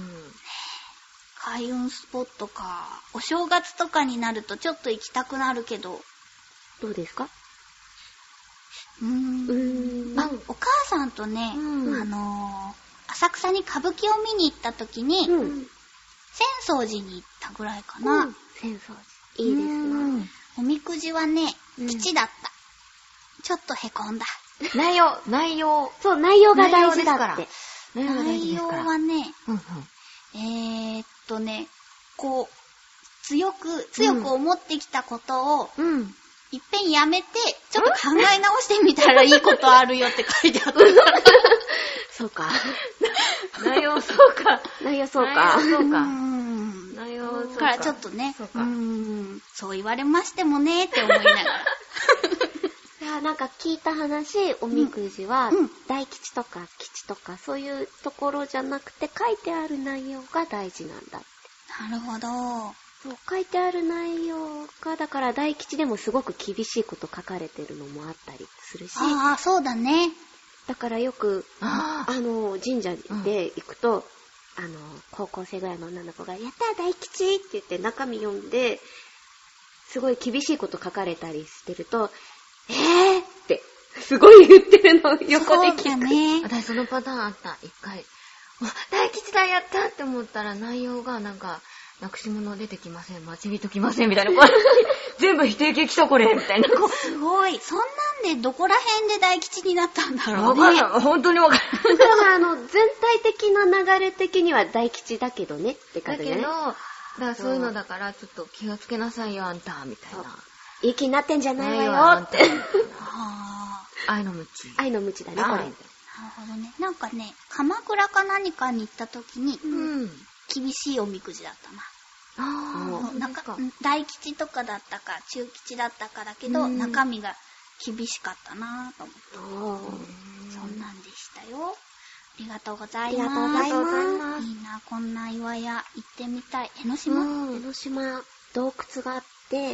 開運スポットか。お正月とかになるとちょっと行きたくなるけど。 どうですか？ うーん。うーん、ま、お母さんとね、うん、あのー、浅草に歌舞伎を見に行った時に、うん、浅草寺に行ったぐらいかな。うん、 浅草寺。いいですね。 おみくじはね、吉だった。うん、ちょっとへこんだ。 内容、内容。 そう、内容が大事だって。 内容, 内容はね、うんうん、えー、っとね、こう、強く、強く思ってきたことを、うん、いっぺんやめて、ちょっと考え直してみたらいいことあるよって書いてあった。 そうか。 内容そうか。 内容そうか。 内容そうか。 内容そうか。だからちょっとね、そうか。うーん、そう言われましてもねって思いながら。 いや、なんか聞いた話、おみくじは、うん、大吉とか吉とかそういうところじゃなくて書いてある内容が大事なんだって。 なるほど。 そう書いてある内容が、だから大吉でもすごく厳しいこと書かれてるのもあったりするし。 ああ、そうだね。 だからよく、あ, あの、神社で行くと、うん、あの、高校生ぐらいの女の子が、やったー大吉って言って中身読んで、すごい厳しいこと書かれたりしてると、えーって、すごい言ってるのを横で聞く。そうだね。 私そのパターンあった、一回。大吉だやったって思ったら内容がなんか、なくし物出てきません、待ち人来ませんみたいな。全部否定形来たこれみたいな。 すごい。そんなんでどこら辺で大吉になったんだろうね。 わかんない。本当にわかんない。 だからあの、全体的な流れ的には大吉だけどねって感じね。 だけど、だからそういうのだからちょっと気をつけなさいよあんたみたいな。 いい気になってんじゃないわよって。 愛の無知。 愛の無知だね、これ。なるほどね。なんかね、鎌倉か何かに行った時に、うん、厳しいおみくじだったな。ああ、なんか大吉とかだったか中吉だったかだけど、うん、中身が厳しかったなぁと思って。そんなんでしたよ。ありがとうございます。 ありがとうございます。 いいな、こんな岩屋行ってみたい。江ノ島、 うん、江ノ島洞窟があって、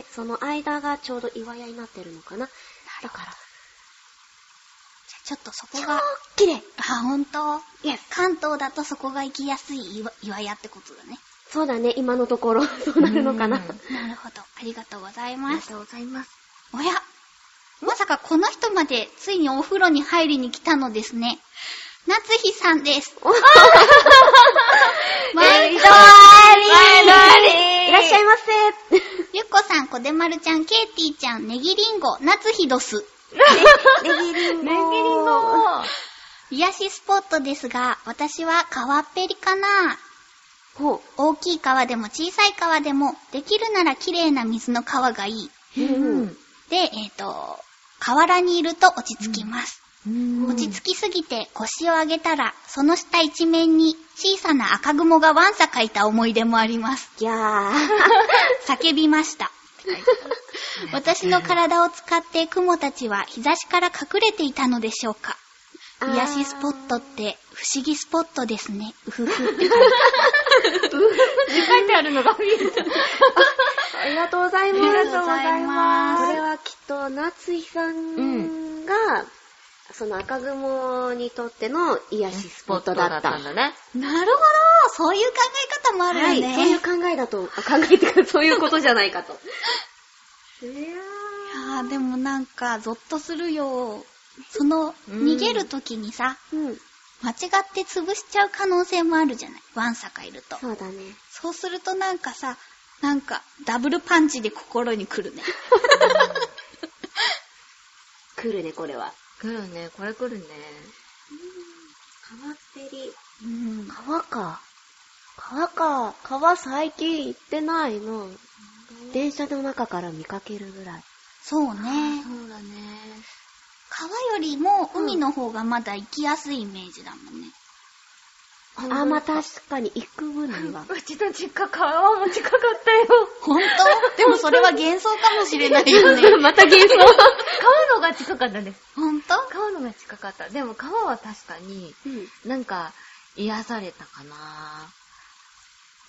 その間がちょうど岩屋になってるのかな。だから。 ちょっとそこが。 超綺麗。 あ、ほんと？いや、関東だとそこが行きやすい岩、岩屋ってことだね。 そうだね、今のところ、そうなるのかな。なるほど。ありがとうございます。ありがとうございます。 おや、まさかこの人までついにお風呂に入りに来たのですね。夏日さんです。毎度ありいらっしゃいませ。 ゆっこさん、こでまるちゃん、ケイティちゃん、ネギリンゴ、夏日どす。 ネギリンゴ。 ネギリンゴ。 癒しスポットですが、私は川っぺりかな。 ほう。 大きい川でも小さい川でも、できるなら綺麗な水の川がいい。うん、で、えっと、河原にいると落ち着きます。うん、落ち着きすぎて腰を上げたら、その下一面に小さな赤雲がわんさかいた思い出もあります。 いやー。 叫びました。私の体を使って雲たちは日差しから隠れていたのでしょうか。癒しスポットって不思議スポットですね。うふふって書いて書いてあるのが見えた。 ありがとうございます。 ありがとうございます。 これはきっと夏井さんが、うん、その赤雲にとっての癒しスポットだった。だったんだね。 なるほど。そういう考え方もあるよね。 はい、そういう考えだと、考えてからそういうことじゃないかと。 いやー、でもなんかゾッとするよ。その、逃げるときにさ、うん、間違って潰しちゃう可能性もあるじゃない。ワンサかいると。 そうだね。 そうするとなんかさ、なんかダブルパンチで心に来るね。 来るね、これは。 来るね、これ来るね。 川っぺり。うん、川か。川か。川最近行ってないの。電車の中から見かけるぐらい。 そうね。 そうだね。 川よりも海の方がまだ行きやすいイメージだもんね。 うん、あ、まあ、確かに行く分には。 うちの実家川も近かったよ。 ほんと？でもそれは幻想かもしれないよね。 また幻想。 川のが近かったです。 ほんと？ 川のが近かった。でも川は確かに、うん、なんか癒されたかな。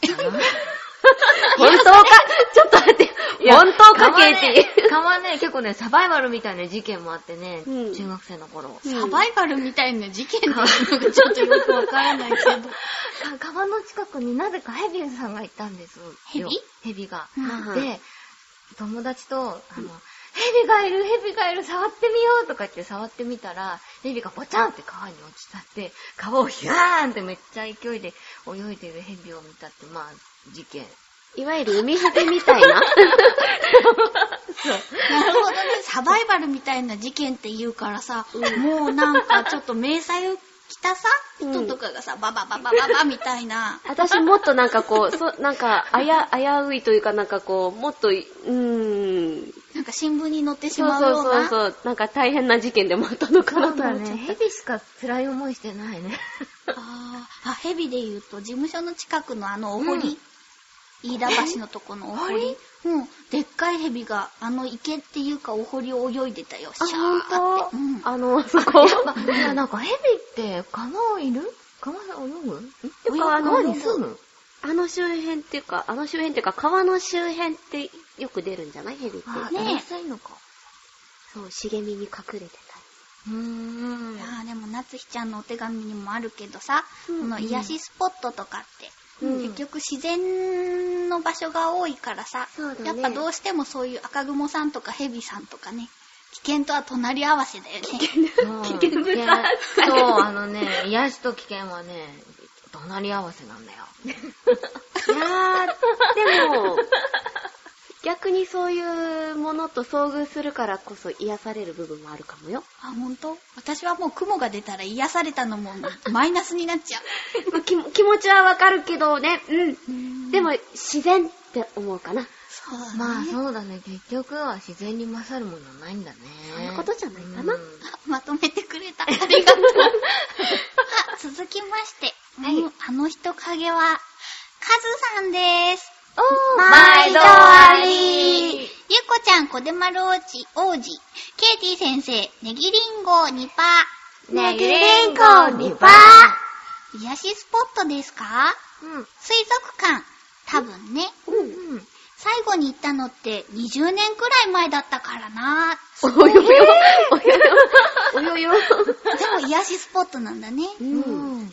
本当かちょっと待って。本当か、ケイティ。 蚊はね、結構ね、サバイバルみたいな事件もあってね、うん、中学生の頃。 サバイバルみたいな事件っていうのがちょっとよくわからないけど。 川の近くになぜかヘビさんがいたんですよ。 ヘビヘビが。うん、で、友達と、あの、ヘビがいる、ヘビがいる、触ってみようとか言って触ってみたら、ヘビがポチャンって川に落ちたって、川をヒャーンってめっちゃ勢いで泳いでるヘビを見たって、まあ、事件。 いわゆる海ヘビみたいな。 そう。なるほどね。サバイバルみたいな事件って言うからさ、うん、もうなんかちょっと迷彩を着たさ、人とかがさ、うん、ババババババみたいな。 私もっとなんかこう、そなんか、あや、危ういというかなんかこう、もっと、うーん。 なんか新聞に載ってしまうような。 そうそうそうそう。なんか大変な事件でもあったのかなと思っちゃった。 ね、ヘビしか辛い思いしてないね。 ああ、ヘビで言うと、事務所の近くのあのお堀。うん飯田橋のとこのお堀、うん、でっかいヘビがあの池っていうかお堀を泳いでたよ。 あ、 シャーって、 うん、 あのそこいやなんかヘビって川いる？川泳ぐ？ ってかあの川に住む？あの周辺っていうかあの周辺っていうか川の周辺ってよく出るんじゃないヘビって。 あねえ、いのか。 そう茂みに隠れてたり。 うーん。いやーでも夏日ちゃんのお手紙にもあるけどさ、うん、この癒しスポットとかって。うん、結局自然の場所が多いからさ、ね、やっぱどうしてもそういう赤雲さんとかヘビさんとかね、危険とは隣り合わせだよね。 危険、危険ぶさ。 そう、あのね、癒しと危険はね、隣り合わせなんだよ。 いやー、でも、逆にそういうものと遭遇するからこそ癒される部分もあるかもよ。 あ、ほんと？私はもう雲が出たら癒されたのもマイナスになっちゃう。気, 気持ちはわかるけどね。うん。うんでも自然って思うかな。 そうだね。 まあそうだね。結局は自然に勝るものはないんだね。 そういうことじゃないかな。 まとめてくれた。ありがとう。あ、続きまして。はい。あの人影は、カズさんです。 おー、毎度あり。 ゆっこちゃん、こでまる王子、王子、ケイティ先生、ネギリンゴにパー。ネギリンゴにパー。 癒しスポットですか？ うん。 水族館。多分ね。 うん。うん。 最後に行ったのってにじゅうねんくらい前だったからな。 およよ。およよ。およよ。 でも癒しスポットなんだね。 うん。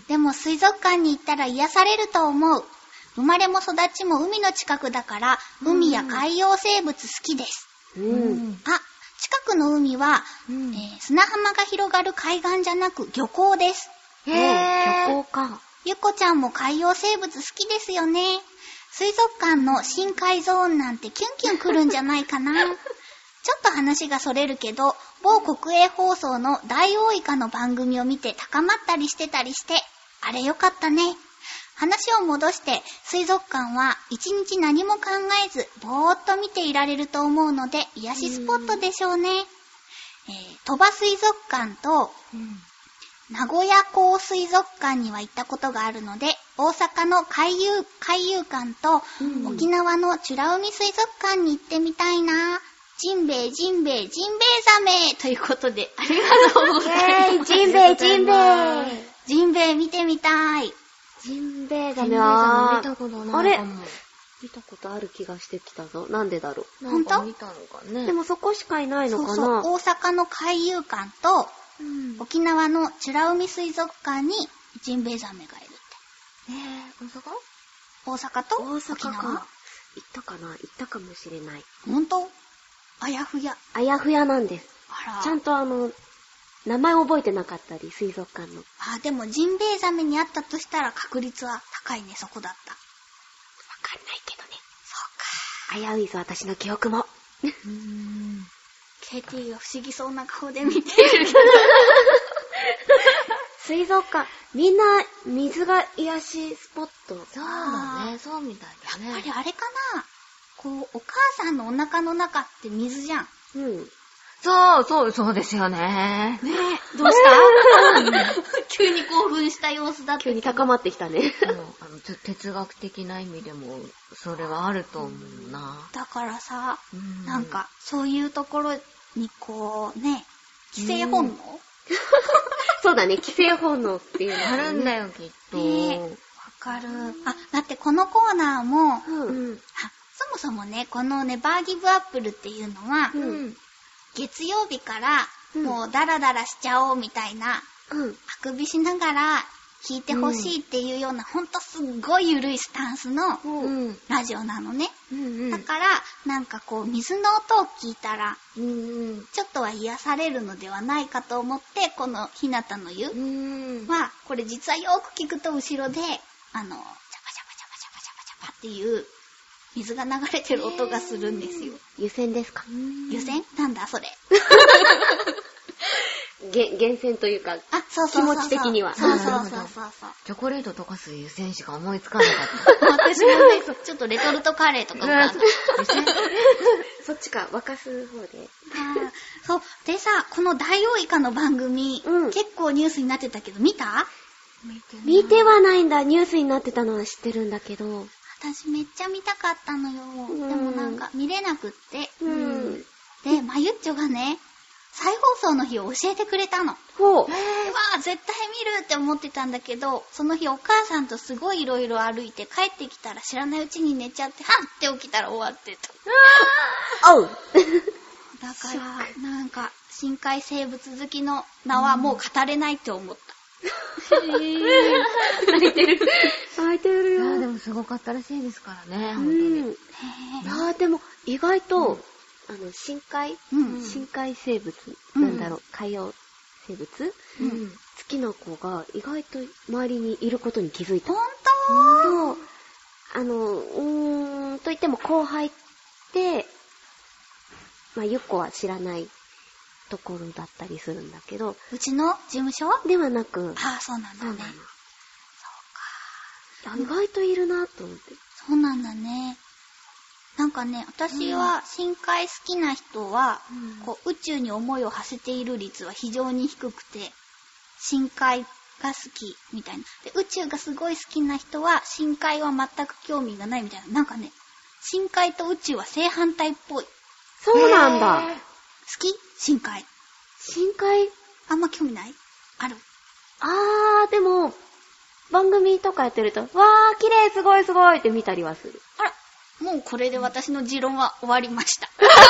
でも水族館に行ったら癒されると思う。生まれも育ちも海の近くだから、海や海洋生物好きです。 うん。 あ、近くの海は、 うんえー、砂浜が広がる海岸じゃなく漁港です。 へぇー。漁港か。 ゆっこちゃんも海洋生物好きですよね。水族館の深海ゾーンなんてキュンキュン来るんじゃないかな。ちょっと話がそれるけど、某国営放送のダイオウイカの番組を見て高まったりしてたりして、あれよかったね。話を戻して、水族館は一日何も考えず、ぼーっと見ていられると思うので、癒しスポットでしょうね。えー、鳥羽水族館と、 うん、 名古屋港水族館には行ったことがあるので、大阪の海遊、海遊館と、うん、沖縄の美ら海水族館に行ってみたいな。ジンベエ、ジンベエ、ジンベエザメということで、ありがとうございます。 ジンベエ、ジンベエ。 ジンベエ見てみたい。 ジンベエザメは、 見たことないかも。 あれ見たことある気がしてきたぞ。なんでだろう。なんか見たのかね。 でもそこしかいないのかな。 そうそう、大阪の海遊館と、うん、沖縄の美ら海水族館にジンベエザメがいるって。 えー、大阪？ 大阪と大阪沖縄？ 行ったかな行ったかもしれない。 ほんと？あやふや。 あやふやなんです。 あら。 ちゃんとあの、名前覚えてなかったり、水族館の。 あ、でもジンベエザメに会ったとしたら確率は高いね、そこだった。わかんないけどね。 そうか。危ういぞ、私の記憶も。 うーん。ケイティが不思議そうな顔で見てる。 水族館、みんな水が癒しスポット。 そうだね、そうみたいだね。 やっぱりあれかな、こう、お母さんのお腹の中って水じゃん。 うん。 そう、そう、そうですよね。 ねえ、どうした急に興奮した様子だった。 急に高まってきたね。 あの哲学的な意味でも、それはあると思うな。 だからさ、 うん、 なんか、そういうところにこう、ね、寄生本能、うん、 そうだね、寄生本能っていうの、ね、 あるんだよ、きっと。 ね、 かる。あ、だってこのコーナーも、 うん。うん。 あ、そもそもね、このネバーギブアップルっていうのは、 うんうん。 月曜日からうんもうダラダラしちゃおうみたいな、 うん。 あくびしながら聞いてほしいっていうような、ほんとすっごい緩いスタンスのうん。 ラジオなのね。 うん。 だから、なんかこう、水の音を聞いたら、 うん。 ちょっとは癒されるのではないかと思って、このひなたの湯うん。 は、これ実はよく聞くと後ろで、あの、チャパチャパチャパチャパチャパチャパっていう水が流れてる音がするんですよ。 湯煎ですか？ 湯煎なんだそれ。 げ、源泉というか、 あ、そうそうそうそう。 気持ち的にはそうそうそうそうそう。 チョコレート溶かす湯煎しか思いつかなかった。 私もね、ちょっとレトルトカレーとか浮かんだ。 そっちか、沸かす方で。 あーそう。でさ、このダイオウイカの番組、 うん結構ニュースになってたけど、見た？ 見てはないんだ。ニュースになってたのは知ってるんだけど。 私めっちゃ見たかったのよ。 んでもなんか見れなくって。 うん。 で、まゆっちょがね、再放送の日を教えてくれたの。 ほう。 うわぁ、絶対見るって思ってたんだけど、その日お母さんとすごいいろいろ歩いて帰ってきたら知らないうちに寝ちゃって、はっって起きたら終わってた。 おう。 だから、なんか、深海生物好きの名はもう語れないって思った。 泣いてる。泣いてるよ。 いや、でもすごかったらしいですからね、 う本当に。 ん。いやーでも、意外と、あの、深海、 うん深海生物、 うんなんだろう、海洋生物、 うん。 好きな子が意外と周りにいることに気づいた。 ほんそう。あの、うーん、といっても後輩って、まあ、ゆっこは知らないところだったりするんだけど、 とうちの事務所ではなく、 ああ、そうなんだね。 そうか。意外といるなと思って。 そうなんだね。なんかね、私は深海好きな人は、 うんこう宇宙に思いを馳せている率は非常に低くて、深海が好きみたいな。で、宇宙がすごい好きな人は深海は全く興味がないみたいな。なんかね、深海と宇宙は正反対っぽい。 そうなんだ。 好き？深海。 深海、 あんま興味ない？ある。 あー、でも、番組とかやってると、わー、綺麗、すごいすごいって見たりはする。 あら、もうこれで私の持論は終わりました。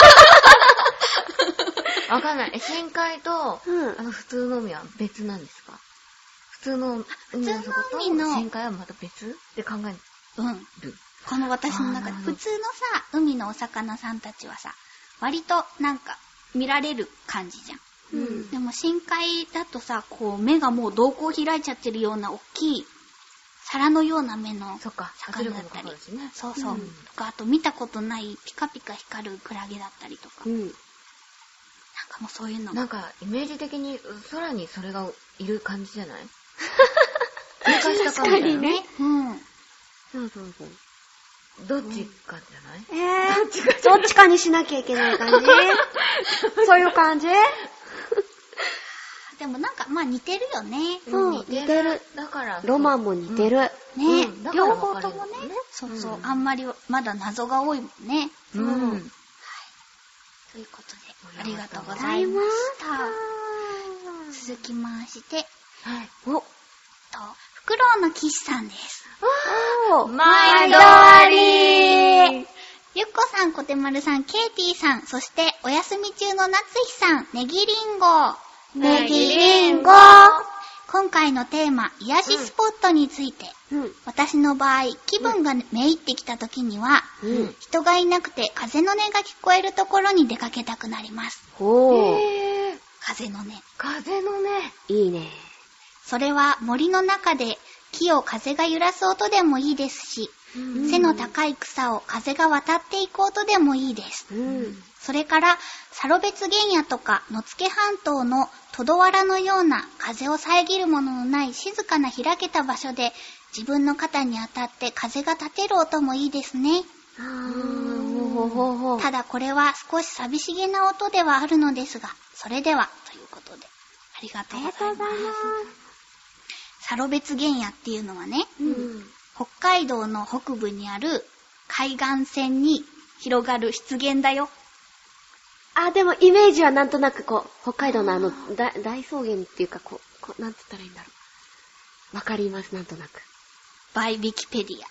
わかんない。え、深海と、 うんあの、普通の海は別なんですか？普通の海の底と普通の海の深海はまた別って考えうん。 る。 この私の中であーなるほど普通のさ、海のお魚さんたちはさ、割となんか見られる感じじゃん。 うんでも深海だとさ、こう目がもう瞳孔開いちゃってるような大きい皿のような目のそっか、圧力もか魚だったりかるしね。 そうそう、 うんとかあと見たことないピカピカ光るクラゲだったりとか、なんうん。 かもうそういうのなんか、イメージ的に空にそれがいる感じじゃない？昔した感じだよね。 ね。うん。 そうそうそう。 どっちかじゃない？ えー、どっちかにしなきゃいけない感じそういう感じでもなんかまあ似てるよね。 そう似てる。 だから、 ロマンも似てる。 ね、 うんだから両分かるよ方ともね。そうそう、 うんあんまりまだ謎が多いもんね。 うん。うん。 ということで、ありがとうございました。続きまして、 はい。 お、 と、フクロウの騎士さんです。 お毎度ありゆっこさん、こてまるさん、ケイティさん、そしてお休み中のなつひさん、ネギリンゴ。 ネギリンゴ今回のテーマ、癒しスポットについて、 うん。 私の場合、気分がめいってきた時には、 うん。 人がいなくて風の音が聞こえるところに出かけたくなります。 ほー。 えー、 風の音。 風のね。 いいね。 それは森の中で木を風が揺らす音でもいいですし、背の高い草を風が渡っていく音でもいいです。 うん。 それから、サロベツ原野とか野付半島のトドワラのような風を遮るもののない静かな開けた場所で自分の肩に当たって風が立てる音もいいですね。 あー、ほうほうほう。 ただこれは少し寂しげな音ではあるのですが、それでは、ということで、ありがとうございます。サロベツ原野っていうのはね、 うん。 北海道の北部にある海岸線に広がる湿原だよ。 あ、でもイメージはなんとなくこう、北海道のあの、だ大草原っていうかこう、こう、なんて言ったらいいんだろう。わかります、なんとなく。 バイビキペディア。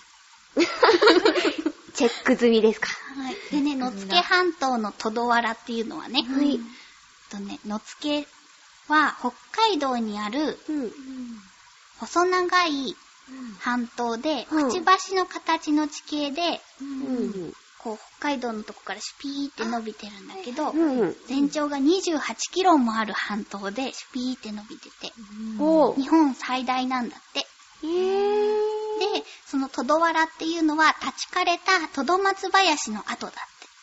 チェック済みですか。 はい。でね、野付半島のトドワラっていうのはね、 はい。 とね、野付は北海道にあるうん。 細長い半島で、 うんくちばしの形の地形で、 うん。 こう北海道のとこからシュピーって伸びてるんだけど、 うん。 全長がにじゅうはちキロもある半島でシュピーって伸びてて、 お日本最大なんだって。 えー。 で、そのトドワラっていうのは立ち枯れたトドマツ林の跡だって。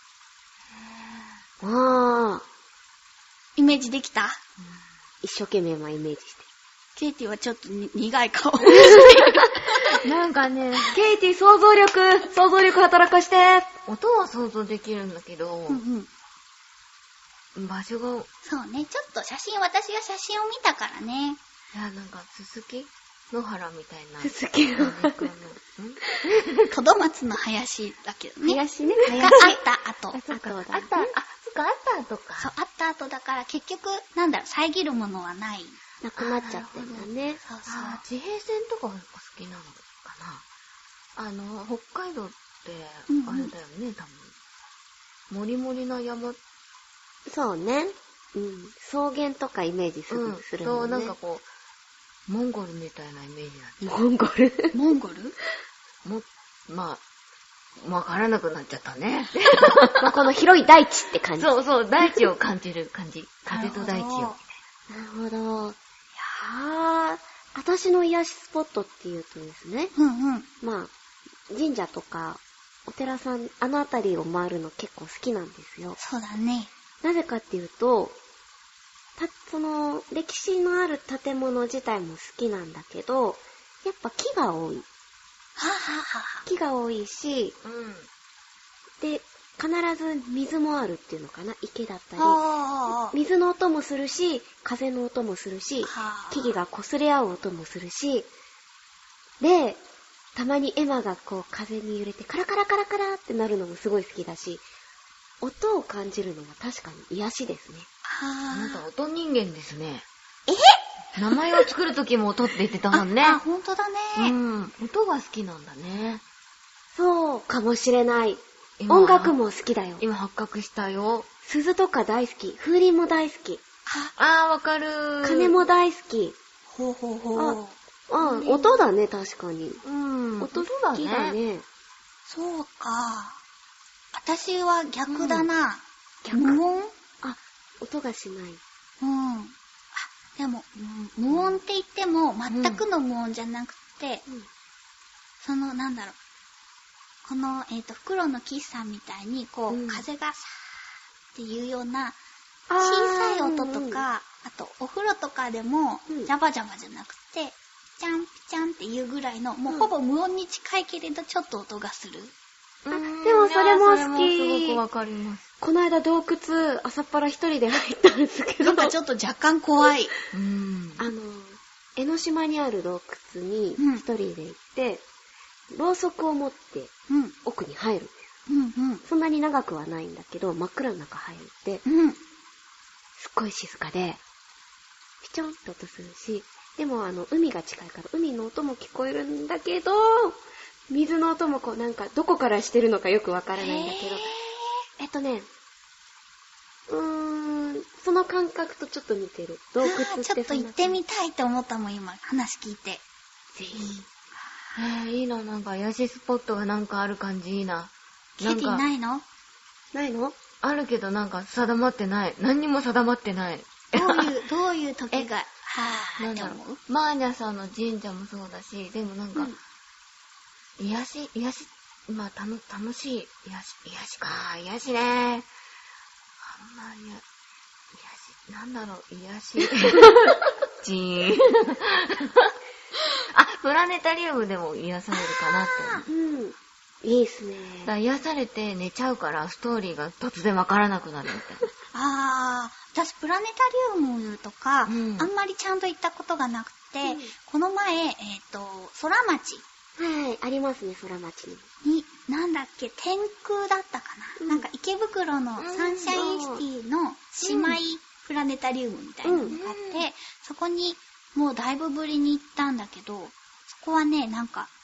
ああ。 イメージできた？ 一生懸命今イメージして。 ケイティはちょっとに苦い顔。 なんかね、 ケイティ想像力、想像力働かして。 音は想像できるんだけどう、んうん。 場所が、いそうね、ちょっと写真、私が写真を見たからね。 や、なんか、すすき野原みたいな。 すきのなんかあのんトドマツの林だけどね。 林ね。 があった後。 あ、そうだ。 あった、あ、そっか、あった後か。 そう、あった後だから結局、なんだろう、遮るものはない。 なくなっちゃってんだね。 そうそう。 あー、地平線とかが好きなのかな。あの、北海道って、 うんうんあれだよね、多分。もりもりな山、 そうね。うん。草原とかイメージする,、 うん、 するそう、 もんね。 なんかこう、モンゴルみたいなイメージだっモンゴル。 モンゴルた。も、まあ、わからなくなっちゃったね。 まあこの広い大地って感じ。 そうそう、大地を感じる感じ。風と大地を。 なるなるほど。いやー、私の癒しスポットっていうとですね、 うんうん。 まあ、神社とか、お寺さん、あのあたりを回るの結構好きなんですよ。 そうだね。 なぜかっていうと、た、その、歴史のある建物自体も好きなんだけど、やっぱ木が多い。 はぁはぁはぁ。 木が多いし、 うん。 で、必ず水もあるっていうのかな、池だったり。 あー水の音もするし、風の音もするし、 はぁ。 木々が擦れ合う音もするし、で、たまにエマがこう風に揺れてカラカラカラカラってなるのもすごい好きだし、音を感じるのは確かに癒しですね。 あなたは音人間ですね。 え名前を作るときも音って言ってたもんね。 あ、あ、ほんとだうね。 ん。音が好きなんだね。 そうかもしれない。 今音楽も好きだよ。 今発覚したよ。 鈴とか大好き。風鈴も大好き。 あ、 あー、わかるー。 鐘も大好き。 ほうほうほう。 あ、 ね音だね、確かに。 うん。 音好きだね。 そうか。私は逆だな。 逆無音あ、音がしない。 うん。あ、でも、うん無音って言っても、全くの無音じゃなくて、 うんその、なんだろう。この、えっ、と、袋のキスさんみたいに、こう、 うん風がさーっていうような、 あ小ーさい音とか、 うんうんあと、お風呂とかでも、 うんジャバジャバじゃなくて、ピチャンピチャンっていうぐらいの、もううんほぼ無音に近いけれど、ちょっと音がする。 うんでもそれも好きいやそれもすごくわかります。 この間洞窟、朝っぱら一人で入ったんですけど、 なんかちょっと若干怖い。 うん。 あの、江ノ島にある洞窟にうん一人で行って、ろうそくを持ってうん、 奥に入るんです。 うん、うん。 そんなに長くはないんだけど、真っ暗の中入って、 うん。 すっごい静かで、ピチョンって音するし、でもあの、海が近いから海の音も聞こえるんだけど、水の音もこうなんかどこからしてるのかよくわからないんだけど、えっとね、うーん、その感覚とちょっと似てる。洞窟ってあーちょっと行ってみたいと思ったもん、今、話聞いて。 ぜひ。 えー、いいな、なんか、癒しスポットがなんかある感じいいな。 ケイティなんかないのないの？ あるけどなんか定まってない。何にも定まってない。 どういう、どういう時が、はぁーってなんだろ思うう。マーニャさんの神社もそうだし、でもなんか、癒し、癒し、まあ、たの、楽しい、癒し、癒しか、癒しね。あんまり、癒し、なんだろう、癒し。ジーン。あ、プラネタリウムでも癒されるかなって思う。 うん。いいっすね。 だから癒されて寝ちゃうからストーリーが突然わからなくなるみたいな。 あー、私、プラネタリウムとか、 うんあんまりちゃんと行ったことがなくて、 うんこの前、えっ、と、空町はい、ありますね、空町に。 に、なんだっけ、天空だったかな、 うんなんか池袋のサンシャインシティの姉妹プラネタリウムみたいなのがあって、 うんそこにもうだいぶぶりに行ったんだけど、そこはね、なんか、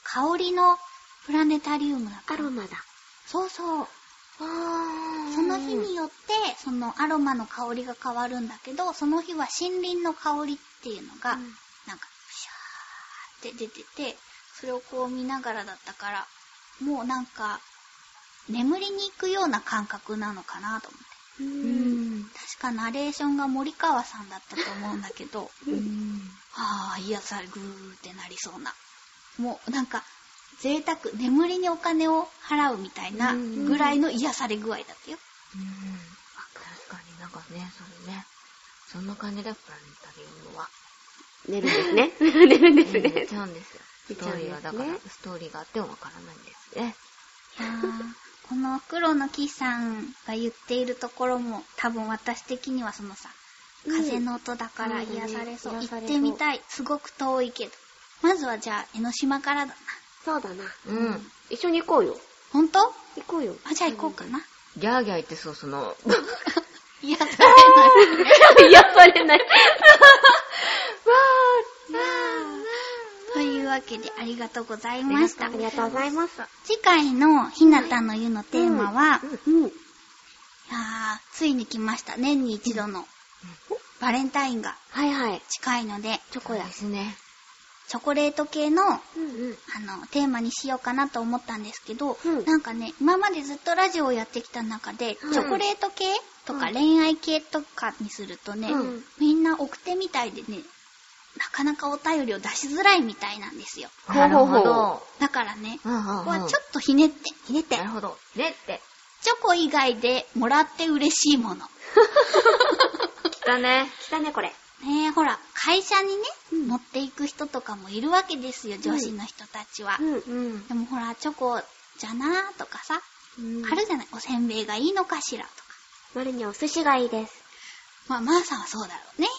香りのプラネタリウムだった。 アロマだ。 そうそう。 あーその日によって、そのアロマの香りが変わるんだけど、その日は森林の香りっていうのが、 うんなんか、シャーって出てて、それをこう見ながらだったから、もうなんか、眠りに行くような感覚なのかなと思って。 う。 うんん。 確かナレーションが森川さんだったと思うんだけど、 うん。 ああ、癒され、ぐーってなりそうな。もうなんか、贅沢、眠りにお金を払うみたいなぐらいの癒され具合だったよ。 うん。確かになんかね、それね。そんな感じでプラネタリウムは。 寝るんですね。寝るんです寝ね。 ちゃうんですよ。ストーリーはだから、ストーリーがあってもわからないんですね。 いやーこの黒のキさんが言っているところも多分私的にはそのさ、風の音だから癒されそう。 うん行ってみたい。すごく遠いけど。まずはじゃあ江ノ島からだな。 そうだな。 うん。 一緒に行こうよ。 ほんと？ 行こうよ。 あ、じゃあ行こうかな。 ギャーギャー言ってそう、その、 癒されない。 癒されない。 というわけでありがとうございました。 ありがとうございます。 次回のひなたの湯のテーマは、 うん。 いやーついに来ました。年に一度のバレンタインがはいはい。 近いので、 チョコだで。すね。 チョコレート系の、あうんうん。 の、テーマにしようかなと思ったんですけど、 うんなんかね、今までずっとラジオをやってきた中で、 うんチョコレート系とかうん恋愛系とかにするとね、 うんみんな奥手みたいでね、なかなかお便りを出しづらいみたいなんですよ。 ほうほうほうなるほど。 だからね、 うんうんうんここはちょっとひねって、ひねってな、るほど。ねって。 チョコ以外でもらって嬉しいもの。 来たね。 来たね、これ。 ねえ、ほら、会社にね、 うん持っていく人とかもいるわけですよ、女子の人たちは。 うん。 うん。 でもほら、チョコじゃなーとかさ、あるじゃない、おせんべいがいいのかしらとか。 まるにお寿司がいいです。 まあ、まーさんはそうだろうね。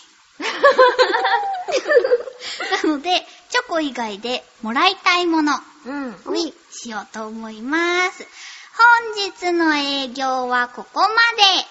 なので、チョコ以外でもらいたいものうん。 にしようと思います。本日の営業はここまで。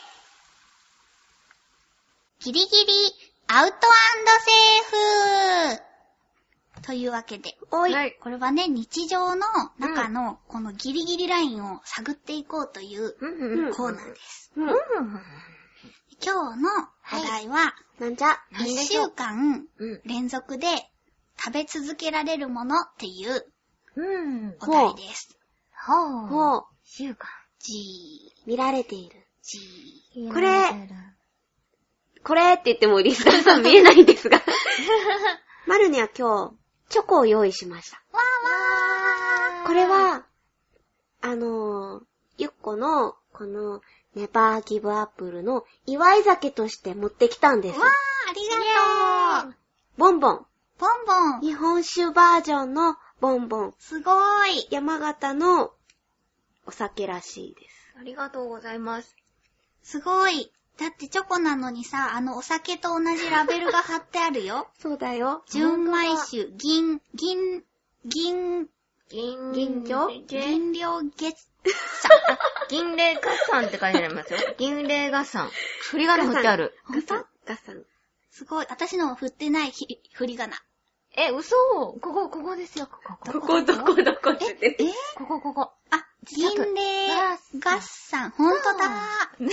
ギリギリアウト&セーフというわけで、 おい。 はい。 これはね、日常の中のこのギリギリラインを探っていこうといううんうん。 コーナーです。 うん。 うん。 今日のお題は、 なんじゃ。 いっしゅうかんうん。 連続で食べ続けられるものっていううん。 お題です。 ほう。 もう、 週間。 じ見られている。 ー、じこれこれって言ってもリスナーさん見えないんですが。まるには今日、チョコを用意しました。 ー。わーわー。 これは、あのー、ゆっこの、この、ネバーギブアップルの祝い酒として持ってきたんですわ。ー、ありがとう。 ボンボン。 ボンボン。 日本酒バージョンのボンボン。 すごい。 山形のお酒らしいです。 ありがとうございます。 すごい。だってチョコなのにさ、あのお酒と同じラベルが貼ってあるよ。 そうだよ。 純米酒、銀、銀、銀、 銀、 銀醸銀量月銀霊合算って書いてありますよ。銀霊合算。振り仮名振ってある。 ガサンガサン。 すごい。私の振ってないひ振り仮名。 え、嘘ここ、ここですよ、ここ。ここ、 どこどこどこって言って。 えここ、ここ。 あ、銀霊合算。ほんとだー。あー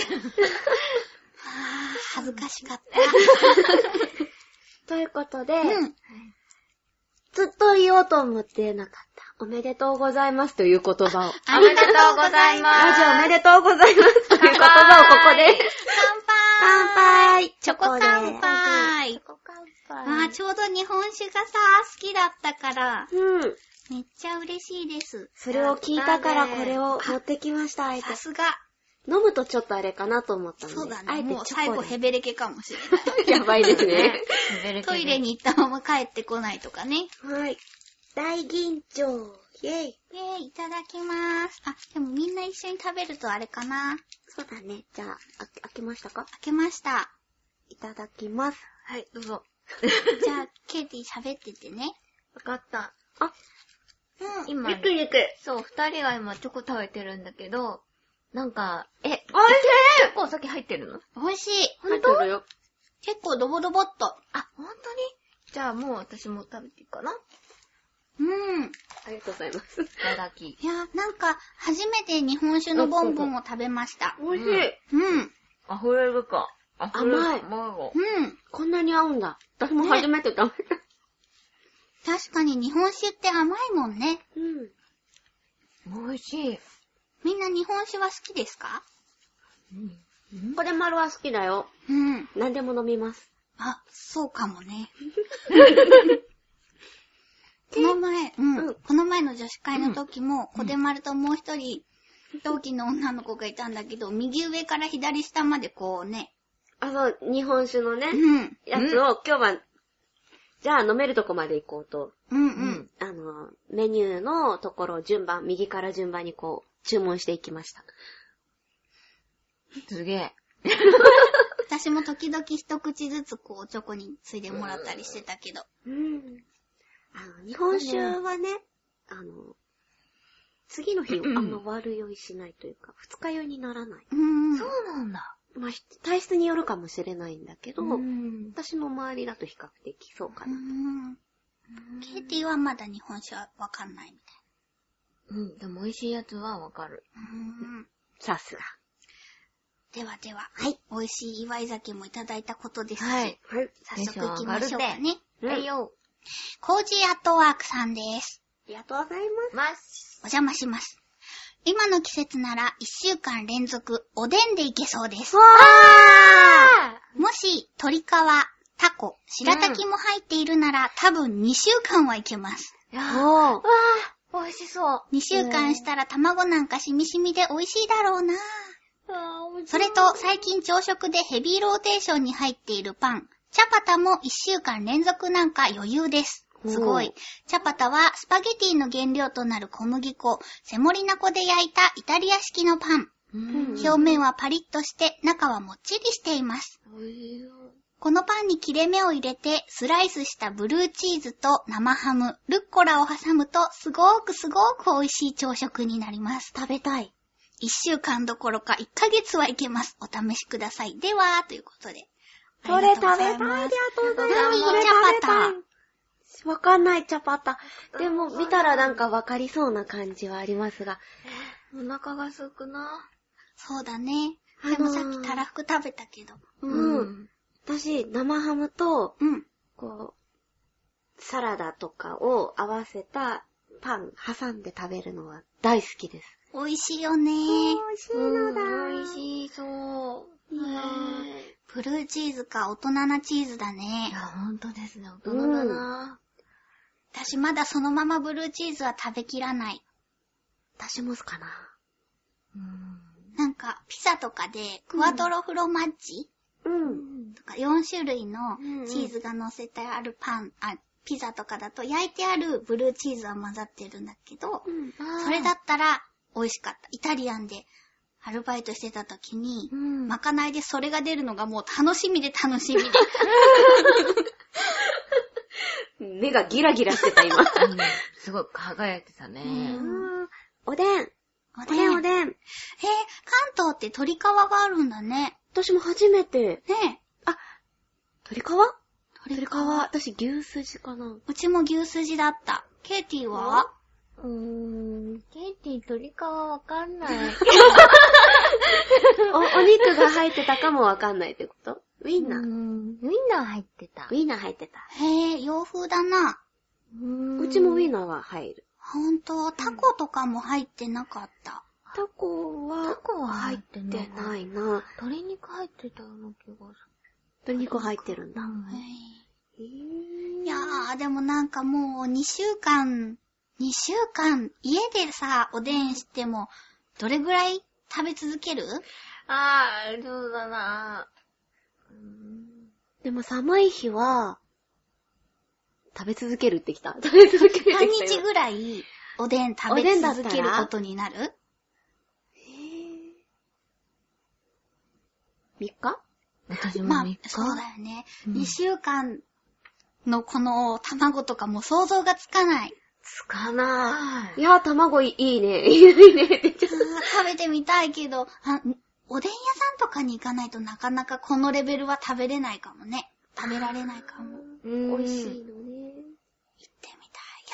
恥ずかしかった。 ということで、 うん。 ずっと言おうと思ってなかった。おめでとうございますという言葉を。 ありがとうございます。 ラジオおめでとうございますという言葉をここで。 乾杯。 乾杯。 チョコ乾杯。 チョコ乾あ杯。 ー、ちょうど日本酒がさ、好きだったから、 うん。 めっちゃ嬉しいです。 それを聞いたからこれを持ってきました、あえてさ。すが。 飲むとちょっとあれかなと思ったので。 そうだね。 あえてもう最後チョコで。 ヘベレケかもしれない。 やばいですね。 トイレに行ったまま帰ってこないとかね。 はい。大吟醸。イェイ。 えー、いただきまーす。あ、でもみんな一緒に食べるとあれかな。 そうだね。じゃあ、あ開けましたか？ 開けました。 いただきます。 はい、どうぞ。 じゃあ、ケイティ喋っててね。 わかった。 あ、 うん。 今、 ゆくゆく。 そう、二人が今チョコ食べてるんだけど、なんか、え、 おいしい結構お酒入ってるの？ 美味しい。 入ってるよ。 結構ドボドボっと。 あ、ほんとに？じゃあもう私も食べていいかな？ うん。 ありがとうございます。 いただき。 いや、なんか、初めて日本酒のボンボンを食べました。 美味しい。 うん。 溢れるか。 甘い。 卵。 うん。 こんなに合うんだ。私も初めて食べた。ね、 確かに日本酒って甘いもんね。 うん。 美味しい。 みんな日本酒は好きですか？ うん。 これ丸は好きだよ。 うん。 何でも飲みます。 あ、そうかもね。この前、うん、うん、この前の女子会の時も、うん、小出丸ともう一人、同期の女の子がいたんだけど、右上から左下までこうね。 あ、そう、日本酒のね、 うん、 やつを、今日は、じゃあ飲めるとこまで行こうと。 うんうん。 あの、メニューのところを順番、右から順番にこう、注文していきました。 すげえ。 私も時々一口ずつこう、おちょこについでもらったりしてたけど。 うん。あの、日本酒はね、あの、次の日、あんま悪酔いしないというか、二日酔いにならない。 うん。 そうなんだ。 まあ、体質によるかもしれないんだけど、 うん、 私の周りだと比較的そうかなと。 うん。ケイティはまだ日本酒はわかんないみたいな。うん、でも美味しいやつはわかる。 うん。 さすが。 ではでは、はい。美味しい祝い酒もいただいたことですし、 はい。 はい。 早速行きましょうかね。 はいよ。 コージーアットワークさんです。 ありがとうございます。 お邪魔します。今の季節なら一週間連続おでんでいけそうです。 わー！もし鶏皮、タコ、白滝も入っているなら、うん、多分にしゅうかんはいけます。 いやー、わー、美味しそう。 にしゅうかんしたら卵なんかしみしみで美味しいだろうな。それと最近朝食でヘビーローテーションに入っているパン、チャパタもいっしゅうかん連続なんか余裕です。すごい。チャパタはスパゲティの原料となる小麦粉、セモリナ粉で焼いたイタリア式のパン。表面はパリッとして中はもっちりしています。このパンに切れ目を入れてスライスしたブルーチーズと生ハム、ルッコラを挟むとすごーくすごーく美味しい朝食になります。 食べたい。 一週間どころか一ヶ月はいけます。お試しください。では、ということで。 それ食べたい。ありがとうございます。 何チャパタ。わかんないチャパタ。でも見たらなんかわかりそうな感じはありますが。 お腹が空くな。 そうだね。でもさっきたらふく食べたけど。 うん。うん、私、生ハムと、 うん。 こう、サラダとかを合わせたパン挟んで食べるのは大好きです。 美味しいよねー。 美味しいのだ。 美味しい、そう。 へー。ブルーチーズか大人なチーズだね。 いや、ほんとですね。大人だな、 うん。私まだそのままブルーチーズは食べきらない。 私もかな。 うん。なんか、ピザとかで、クワトロフロマッジ、 うん、 とかよん種類のチーズが乗せてあるパン、あ、ピザとかだと焼いてあるブルーチーズは混ざってるんだけど、うん、それだったら美味しかった。イタリアンでアルバイトしてた時に、うん、まかないでそれが出るのがもう楽しみで楽しみで。 目がギラギラしてた今。うん、 すごい輝いてたね。うん、おでん。 おでん。 おでん。へぇ、 関東って鶏皮があるんだね。 私も初めて。 ねえ。 あ、鶏皮鶏皮。私牛すじかな。 うちも牛すじだった。ケイティはうーん、ケイティ鶏皮わかんない。 お、お肉が入ってたかもわかんないってこと？ウィンナー。 うーん、ウィンナー入ってた。 ウィンナー入ってた。 へぇ、洋風だな。 うーん。うちもウィンナーは入る。 ほんと、タコとかも入ってなかった。 タコは、 タコは入ってない。 ないな。 鶏肉入ってたような気がする。 鶏肉入ってるんだ。 うん、へぇ。いやー、でもなんかもうにしゅうかん、にしゅうかん、家でさ、おでんしても、どれぐらい食べ続ける？ あー、そうだな。 うーん、でも寒い日は、食べ続けるってきた。食べ続けるってきた。 半日ぐらいおでん食べ続けることになる？へぇ。 みっか？ 私もみっか。 まあ、そうだよね。うん、にしゅうかんのこの卵とかも想像がつかない。 つかない。 いや、卵いいね。いいねって食べてみたいけど、あ、おでん屋さんとかに行かないとなかなかこのレベルは食べれないかもね。食べられないかも。 うん、美味しいのね。 行ってみたい。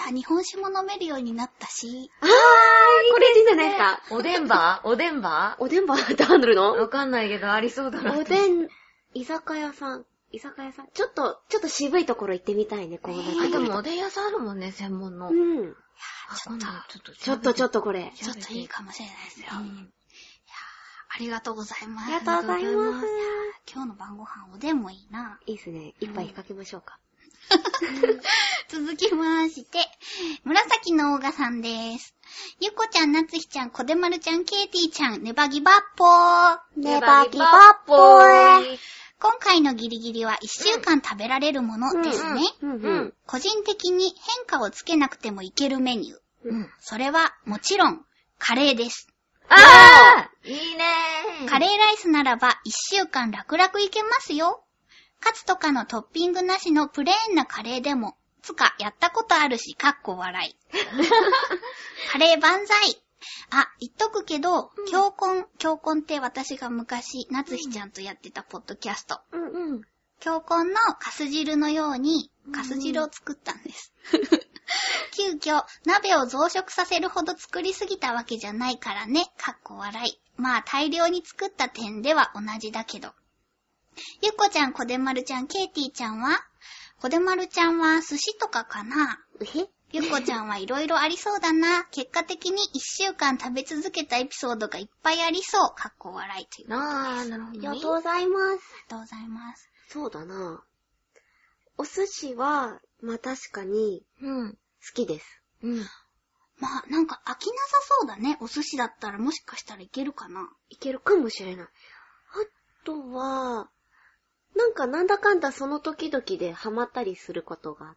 や、日本酒も飲めるようになったし。 あー、これいいんじゃないですか。 おでんばおでんばおでんばってあるの？ わかんないけど、ありそうだな。 おでん、居酒屋さん。居酒屋さんちょっと、ちょっと渋いところ行ってみたいね、こうなってくると。 あ、でもおでん屋さんあるもんね、専門の。 うん。 ちょっと、 ちょっと、 ちょっとちょっとこれ。 ちょっといいかもしれないですよ。 うん、 いやありがとうございます。 ありがとうございます。 今日の晩ご飯おでんもいいな。 いいですね。一杯かけましょうか。 続きまして、紫のオーガさんです。ゆっこちゃん、なつひちゃん、こでまるちゃん、ケイティちゃん、ネバギバッポー。 ネバギバッポー。 今回のギリギリはいっしゅうかん食べられるものですね。 うんうんうん、 個人的に変化をつけなくてもいけるメニュー。 うん、 それはもちろんカレーです。 あーいいねー。 カレーライスならばいっしゅうかん楽々いけますよ。カツとかのトッピングなしのプレーンなカレーでも、つかやったことあるし、かっこ笑い。カレー万歳。あ、言っとくけど、うん、強婚、強婚って私が昔、なつひちゃんとやってたポッドキャスト。 うんうん。 強婚のカス汁のように、カス汁を作ったんです。急遽、鍋を増殖させるほど作りすぎたわけじゃないからね、かっこ笑い。まあ大量に作った点では同じだけど。ゆっこちゃん、こでまるちゃん、ケイティちゃんはこでまるちゃんは寿司とかかな？ えゆっこちゃんはいろいろありそうだな。結果的にいっしゅうかん食べ続けたエピソードがいっぱいありそう。かっこ笑いということです。 あー、なるほど、ね。 ありがとうございます。ありがとうございます。 そうだな。お寿司は、まあ確かに、 うん。 好きです。 うん。 まあ、なんか飽きなさそうだね。お寿司だったらもしかしたらいけるかな。 いけるかもしれない。あとは、なんかなんだかんだその時々でハマったりすることがあって、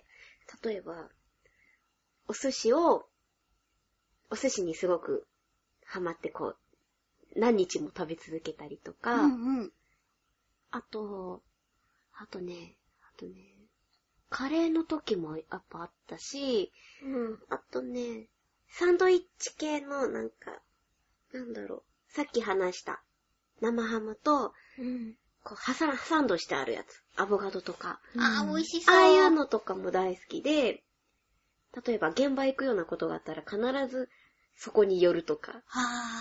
例えば、お寿司を、お寿司にすごくハマってこう、何日も食べ続けたりとか、 うんうん。 あと、あとね、あとね、カレーの時もやっぱあったし、 うん、 あとね、サンドイッチ系のなんか、なんだろう、さっき話した生ハムと、 うん、 こう挟、サンドしてあるやつ、アボカドとか、 うん、あー、美味しそう。 ああいうのとかも大好きで、例えば現場行くようなことがあったら必ずそこに寄るとか。 あ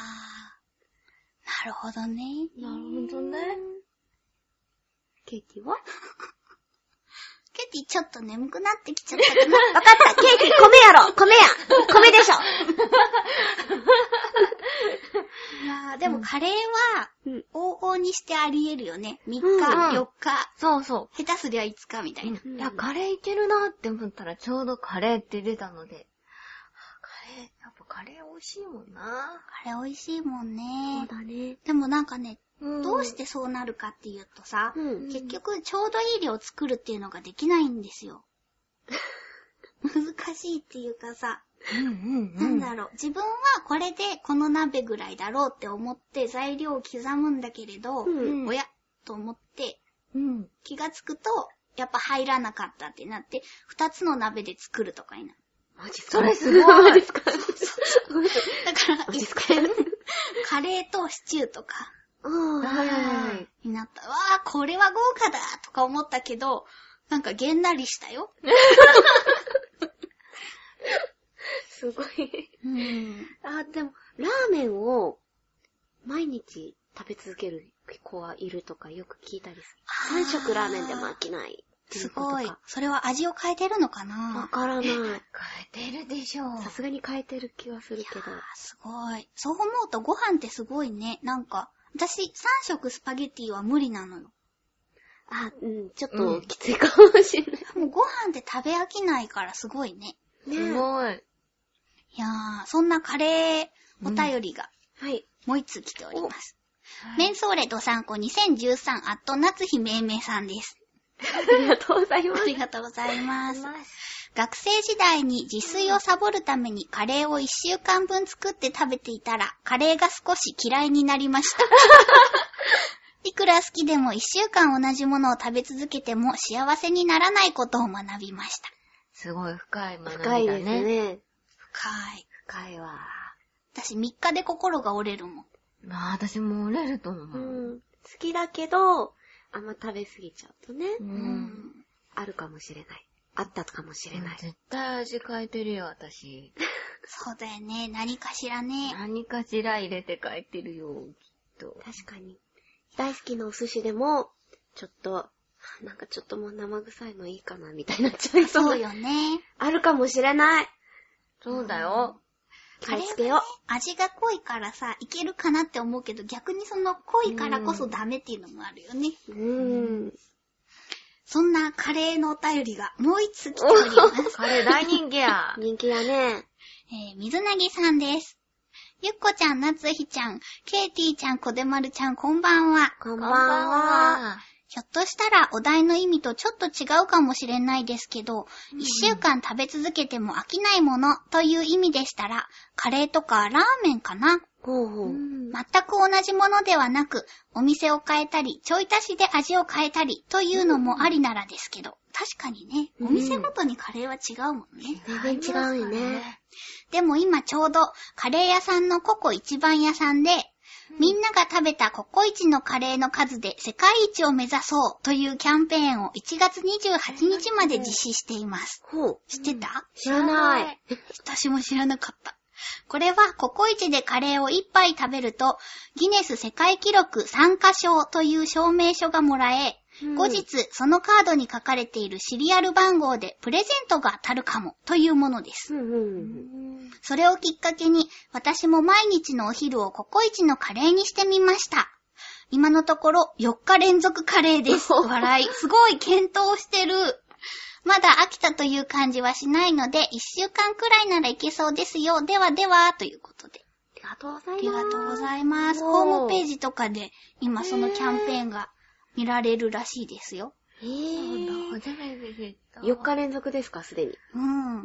ー、なるほどね。 なるほどね。 ケーキはケーキちょっと眠くなってきちゃったかな。 わかった、ケーキ米やろ米や米でしょいやー、でもカレーは、往々にしてあり得るよね。みっか、 うん、 よっか。 そうそう。 下手すりゃいつかみたいな。 うん、いや、カレーいけるなって思ったらちょうどカレーって出たので。カレー、やっぱカレー美味しいもんな。 カレー美味しいもんね。 そうだね。 でもなんかね、 うん、 どうしてそうなるかっていうとさ、 うん、 結局ちょうどいい量作るっていうのができないんですよ。難しいっていうかさ、 うんうんうん、 なんだろう、自分はこれでこの鍋ぐらいだろうって思って材料を刻むんだけれど、 うん、 おやと思ってうん、 気がつくとやっぱ入らなかったってなって二つの鍋で作るとかになる。 マジっすか？ それすごい。 マジっすか？ だから一回カレーとシチューとかああ、はいはいはい。 になった。わあ、これは豪華だとか思ったけど、なんかげんなりしたよ。 すごい。 うん。 あ、でも、ラーメンを毎日食べ続ける子はいるとかよく聞いたりする。さん食ラーメンでも飽きない。 すごい。それは味を変えてるのかな？ わからない。変えてるでしょう。 さすがに変えてる気はするけど。 すごい。そう思うとご飯ってすごいね。なんか、私さん食スパゲッティは無理なのよ。 あ、うん、ちょっときついかもしれない。 うん、もうご飯って食べ飽きないからすごいね。 ねすごい。 いやー、そんなカレーお便りが、 うん、はい。 もう一つ来ております。メンソーレドサンコにせんじゅうさんアット夏日めいめいさんです。 ありがとうございます。 ありがとうございます。学生時代に自炊をサボるためにカレーをいっしゅうかんぶん作って食べていたら、カレーが少し嫌いになりました。いくら好きでもいっしゅうかん同じものを食べ続けても幸せにならないことを学びました。 すごい深い学びだね。 深いですね。 深い。 深いわ。 私みっかで心が折れるもん。 まあ私も折れると思う。 うん。好きだけど、あんま食べ過ぎちゃうとね。 うん。 あるかもしれない。 あったかもしれない。 絶対味変えてるよ、私。 そうだよね。何かしらね。 何かしら入れて変えてるよ、きっと。 確かに。大好きなお寿司でも、ちょっと、なんかちょっともう生臭いのいいかな、みたいになっちゃいそう。 そうよね。 あるかもしれない。 そうだよ。 気をつけよう。 味が濃いからさ、いけるかなって思うけど、逆にその濃いからこそダメっていうのもあるよね。 うーん。 そんなカレーのお便りがもう一つ来ております。 カレー大人気や。 人気やね。 えー、水なぎさんです。ゆっこちゃん、なつひちゃん、ケイティちゃん、こでまるちゃん、こんばんは。 こんばんは。 ひょっとしたらお題の意味とちょっと違うかもしれないですけど、一、うん、週間食べ続けても飽きないものという意味でしたら、カレーとかラーメンかな。 ほうほう。 全く同じものではなく、お店を変えたり、ちょい足しで味を変えたりというのもありならですけど、確かにね、お店ごとにカレーは違うもんね。 うん、全然違うよね。 でも今ちょうどカレー屋さんのココ一番屋さんで、みんなが食べたココイチのカレーの数で世界一を目指そうというキャンペーンをいちがつにじゅうはちにちまで実施しています。 ほう。 知ってた？ 知らない。 私も知らなかった。これはココイチでカレーを一杯食べるとギネス世界記録参加証という証明書がもらえ、うん、後日そのカードに書かれているシリアル番号でプレゼントが当たるかもというものです、うんうん、それをきっかけに私も毎日のお昼をココイチのカレーにしてみました。今のところよっか連続カレーです。笑い。すごい検討してる。まだ飽きたという感じはしないので、いっしゅうかんくらいならいけそうですよ。ではでは、ということで。 ありがとうございます。 ありがとうございます。ホームページとかで今そのキャンペーンが見られるらしいですよ。 へぇー。初めて知った。 よっか連続ですか、すでに。 うん。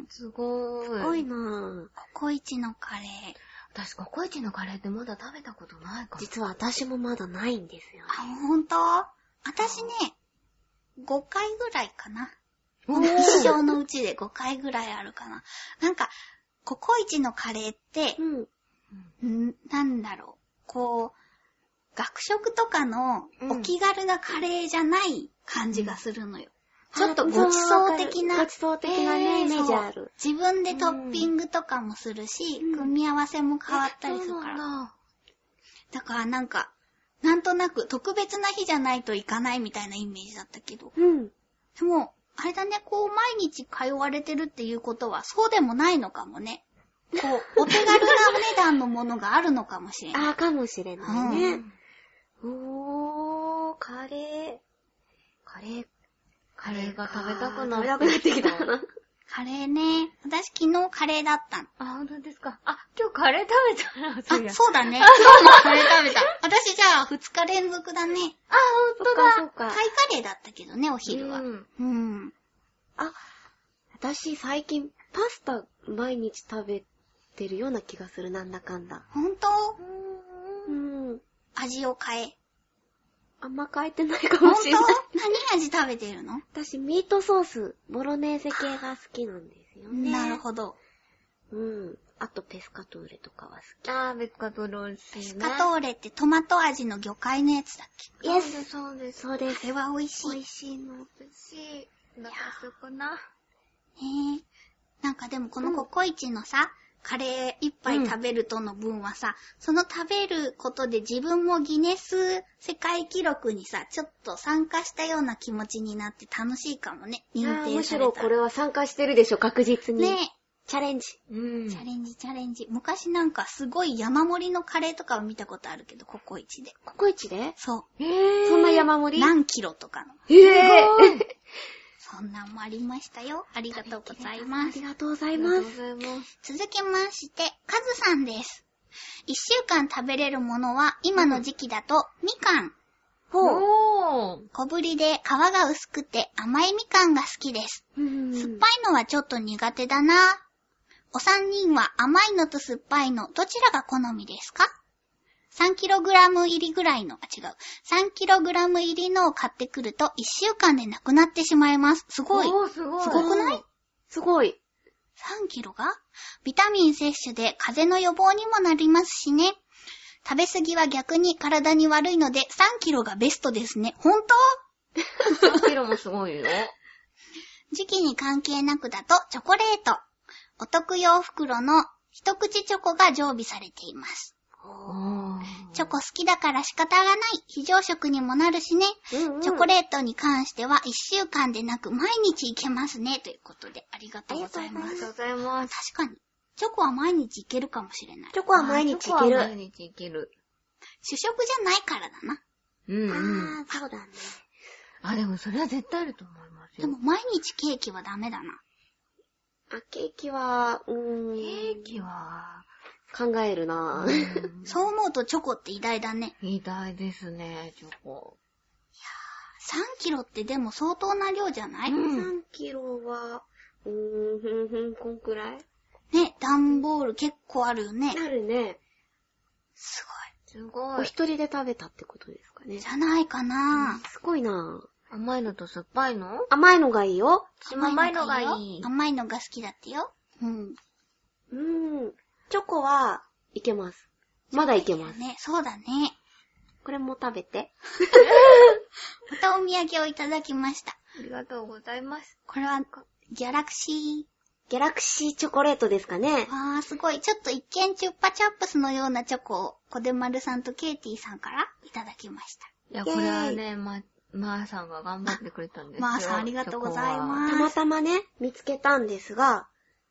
すごい。 すごいなぁ。 ココイチのカレー。 私、ココイチのカレーってまだ食べたことないかも。 実は私もまだないんですよね。 あ、ほんと？私ね、ごかいぐらいかな。一生のうちでごかいぐらいあるかな。なんか、ココイチのカレーって、うん、んなんだろう。こう、学食とかのお気軽なカレーじゃない感じがするのよ。うん、ちょっとごちそう的な。 ごちそう的なね、イメージある。 自分でトッピングとかもするし、うん、組み合わせも変わったりするから。だ, だからなんか、なんとなく特別な日じゃないといかないみたいなイメージだったけど。 うん、 でも、あれだね、こう、毎日通われてるっていうことは、そうでもないのかもね。こう、お手軽なお値段のものがあるのかもしれない。 ああ、かもしれないね。うん、おー、カレー。カレー。 カレーが食べたくな食べたくなってきた。 カレーね。私昨日カレーだったの。 あ、本当ですか。あ、今日カレー食べたな。あ、そうだね。今日もカレー食べた。私じゃあふつか連続だね。 あ、ほんとだ。 そうか。 タイカレーだったけどね、お昼は。うん。うん、 あ、私最近パスタ毎日食べてるような気がする、なんだかんだ。 ほんと？ うん。 味を変え。 あんま変えてないかもしれない。 ほんと？何味食べてるの？ 私ミートソース、ボロネーゼ系が好きなんですよね。 なるほど。 うん。あとペスカトーレとかは好き。 あー、ペスカトーレ美味しいね。 ペスカトーレってトマト味の魚介のやつだっけ？ イエス、そうです、そうです。 あれは美味しい。 美味しいの。 美味しい。なんかそこな。 へぇー。なんかでもこのココイチのさ、うんカレー一杯食べるとの分はさ、うん、その食べることで自分もギネス世界記録にさ、ちょっと参加したような気持ちになって楽しいかもね。認定されたら。 むしろこれは参加してるでしょ、確実に。 ねえ。 チャレンジ。 うん。チャレンジ、チャレンジ。昔なんかすごい山盛りのカレーとかを見たことあるけど、ココイチで。 ココイチで？ そう。 へぇー。そんな山盛り？ 何キロとかの。 へぇー。 そんなんもありましたよ。ありがとうございます。 ありがとうございます。 続きまして、カズさんです。一週間食べれるものは、今の時期だと、みかん。 ほう。 小ぶりで皮が薄くて甘いみかんが好きです。酸っぱいのはちょっと苦手だな。お三人は甘いのと酸っぱいの、どちらが好みですか？さんキログラム 入りぐらいの、あ、違う。さんキログラム 入りのを買ってくるといっしゅうかんでなくなってしまいます。すごい。 おー、すごい。 すごくない？ すごい。 さんキロがビタミン摂取で風邪の予防にもなりますしね。食べ過ぎは逆に体に悪いのでさんキロがベストですね。ほんと？ さんキロもすごいよ。 時期に関係なくだとチョコレート。お得用袋の一口チョコが常備されています。チョコ好きだから仕方がない。非常食にもなるしね、うんうん。チョコレートに関してはいっしゅうかんでなく毎日いけますね。ということでありがとうございます。 ありがとうございます。 確かに。チョコは毎日いけるかもしれない。 チョコは毎日いける。チョコは毎日いける。 主食じゃないからだな。 うん、うん。ああ、そうだね。 あ、でもそれは絶対あると思いますよ。 でも毎日ケーキはダメだな。 あ、ケーキは、うーん。 ケーキは、 考えるなぁ。そう思うとチョコって偉大だね。 偉大ですね、チョコ。 いやー、さんキロってでも相当な量じゃない？ うん、さんキロは、うーん、ふんふん、こんくらいね、段ボール結構あるよね。 あるね。 すごい。すごい。 お一人で食べたってことですかね。 じゃないかな、 うん、すごいなぁ。 甘いのと酸っぱいの？ 甘いのがいいよ。 甘いのがいい。 甘いのが好きだってよ。うん。 うーん。チョコはいけます。まだいけます。 ね、そうだね。 これも食べて。 またお土産をいただきました。 ありがとうございます。 これはギャラクシー。 ギャラクシーチョコレートですかね。 わー、すごい。ちょっと一見チュッパチャップスのようなチョコをコデマルさんとケイティさんからいただきました。 いや、これはね、ま、まーさんが頑張ってくれたんですよ。 まーさんありがとうございます。 たまたまね、見つけたんですが、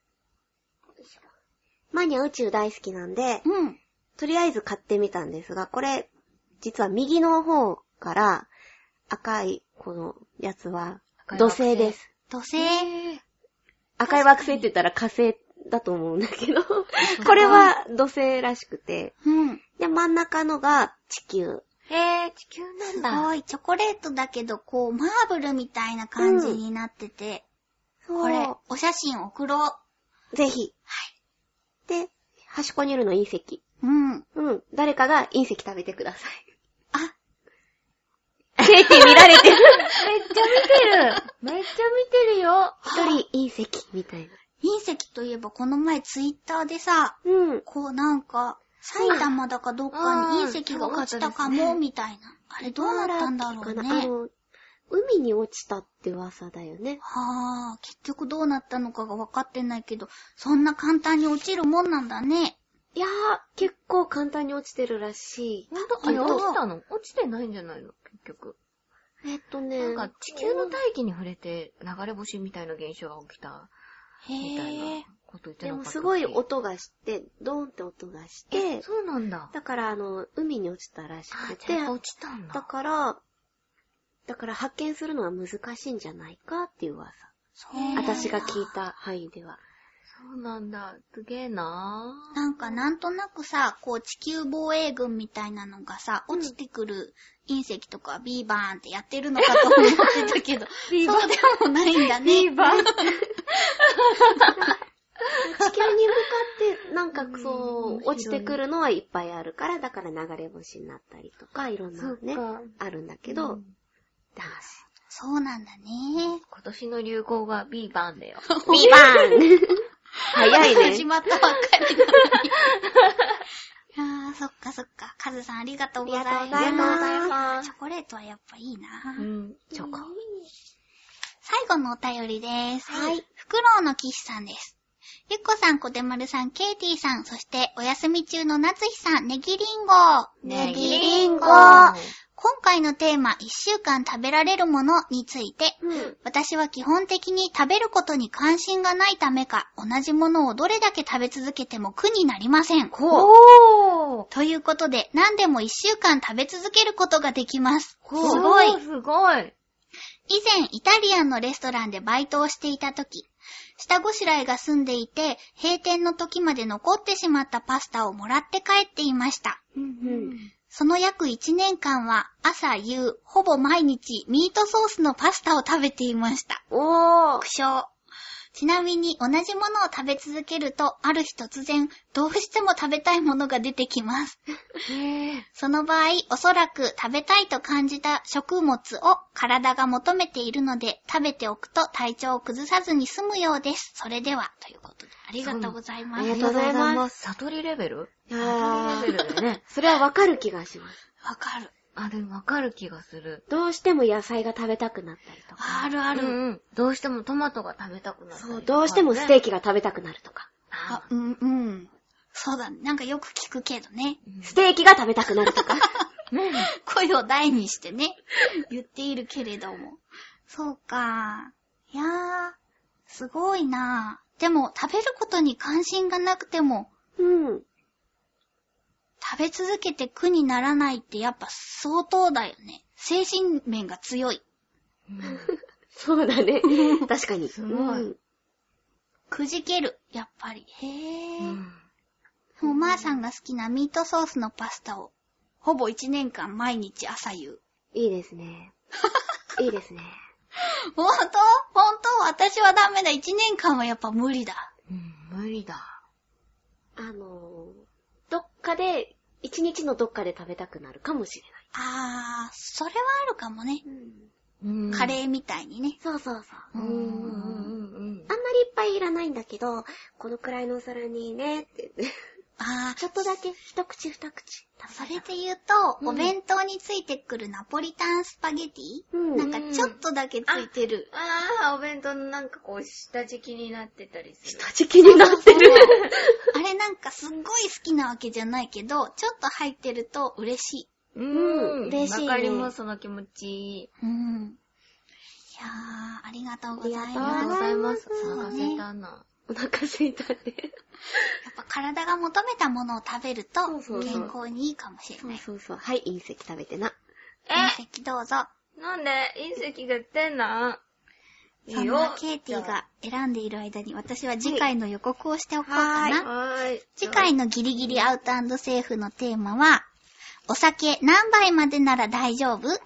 マニア宇宙大好きなんで、うん。とりあえず買ってみたんですが、これ、実は右の方から赤いこのやつは土星です。 土星。 赤い惑星って言ったら火星だと思うんだけど、これは土星らしくて、うん。で、真ん中のが地球。 へー、地球なんだ。 すごい、チョコレートだけど、こう、マーブルみたいな感じになってて、うん、これ、お写真送ろう。ぜひ。はい。で、端っこにいるの隕石。 うん。 うん。誰かが隕石食べてください。 あ。 ケイティ見られてる。 めっちゃ見てる。めっちゃ見てるよ。 一人隕石みたいな。 隕石といえばこの前ツイッターでさ、 うん。 こうなんか、埼玉だかどっかに隕石が落ちたかも、みたいな。あれどうなったんだろうね。あの、 海に落ちたって噂だよね。 はぁ、結局どうなったのかが分かってないけど、そんな簡単に落ちるもんなんだね。 いやー、結構簡単に落ちてるらしい。 あれ落ちたの？落ちてないんじゃないの結局。 えっとね。 なんか地球の大気に触れて流れ星みたいな現象が起きた。みたいなこと言ってなかったっけ？ でもすごい音がして、ドーンって音がして。 そうなんだ。 だからあの、海に落ちたらしくて。 あ、落ちたんだ。 だから、だから発見するのは難しいんじゃないかっていう噂。私が聞いた範囲では。 そうなんだ。すげえなぁ。なんかなんとなくさ、こう地球防衛軍みたいなのがさ、落ちてくる隕石とかビーバーンってやってるのかと思ってたけど、そうでもないんだね。 ビーバーン。 地球に向かってなんかそう、落ちてくるのはいっぱいあるから、だから流れ星になったりとか、いろんなね、あるんだけど、うん、 そうなんだね。 今年の流行がビーバーンだよ。 ビーバーン早いね。 始まったばっかりなのに。あー、そっかそっか。カズさんありがとうございます。ありがとうございます。チョコレートはやっぱいいな。 うん、チョコ。 最後のお便りです。 はい。 フクロウの騎士さんです。ゆっこさん、こてまるさん、ケイティさん、そしてお休み中のなつひさん、ネギリンゴ。 ネギリンゴ。 今回のテーマ、いっしゅうかん食べられるものについて、うん、私は基本的に食べることに関心がないためか、同じものをどれだけ食べ続けても苦になりません。 おー。 ということで、何でもいっしゅうかん食べ続けることができます。 すごい。すごい。 以前、イタリアンのレストランでバイトをしていたとき、下ごしらえが済んでいて、閉店の時まで残ってしまったパスタをもらって帰っていました。 うんうん、 その約いちねんかんは朝夕ほぼ毎日ミートソースのパスタを食べていました。 おー。 苦笑。ちなみに同じものを食べ続けるとある日突然どうしても食べたいものが出てきます。その場合おそらく食べたいと感じた食物を体が求めているので食べておくと体調を崩さずに済むようです。それではということでありがとうございます。 ありがとうございます。 悟りレベル？ あ悟りレベルでね。 それはわかる気がします。 わかる。 あれ、わかる気がする。 どうしても野菜が食べたくなったりとか。 あるある。 うんうん。どうしてもトマトが食べたくなったりとか、 そう、どうしてもステーキが食べたくなるとか。 あ、うんうん。そうだね。なんかよく聞くけどね。 うん、 ステーキが食べたくなるとか。 声を大にしてね、言っているけれども。そうか。いやー、すごいな。でも、食べることに関心がなくても、 うん。 食べ続けて苦にならないってやっぱ相当だよね。精神面が強い。 うん、 そうだね。確かに。 すごい。うん、 くじける、やっぱり。へぇー。 うん、 おまあさんが好きなミートソースのパスタを、ほぼ一年間毎日朝言う。 いいですね。いいですね。 ほんとほんと私はダメだ。一年間はやっぱ無理だ。 うん、無理だ。 あのー、どっかで、一日のどっかで食べたくなるかもしれない。 あー、それはあるかもね。 うん、 カレーみたいにね。 そうそうそう。 うんうんうんうんうん、あんまりいっぱいいらないんだけど、このくらいのお皿にね、って言って。 あー、 ちょっとだけ一口二口それで言うと、 うん、 お弁当についてくるナポリタンスパゲティ、うん、なんかちょっとだけついてる。 ああ、お弁当のなんかこう下敷きになってたりする。 下敷きになってる。 あれなんかすっごい好きなわけじゃないけど、ちょっと入ってると嬉しい。 うん、 嬉しい、ね。 わかります、その気持ち。 うん。いやー、ありがとうございます。 ありがとうございます。お腹空いたな。 お腹空いたね。 やっぱ体が求めたものを食べるとそうそうそう健康にいいかもしれない。 そうそうそう。はい、隕石食べてな。 隕石どうぞ。 なんで隕石が出んの？ そんなケイティが選んでいる間に私は次回の予告をしておこうかな。 はい。 次回のギリギリアウト&セーフのテーマは、お酒何杯までなら大丈夫です。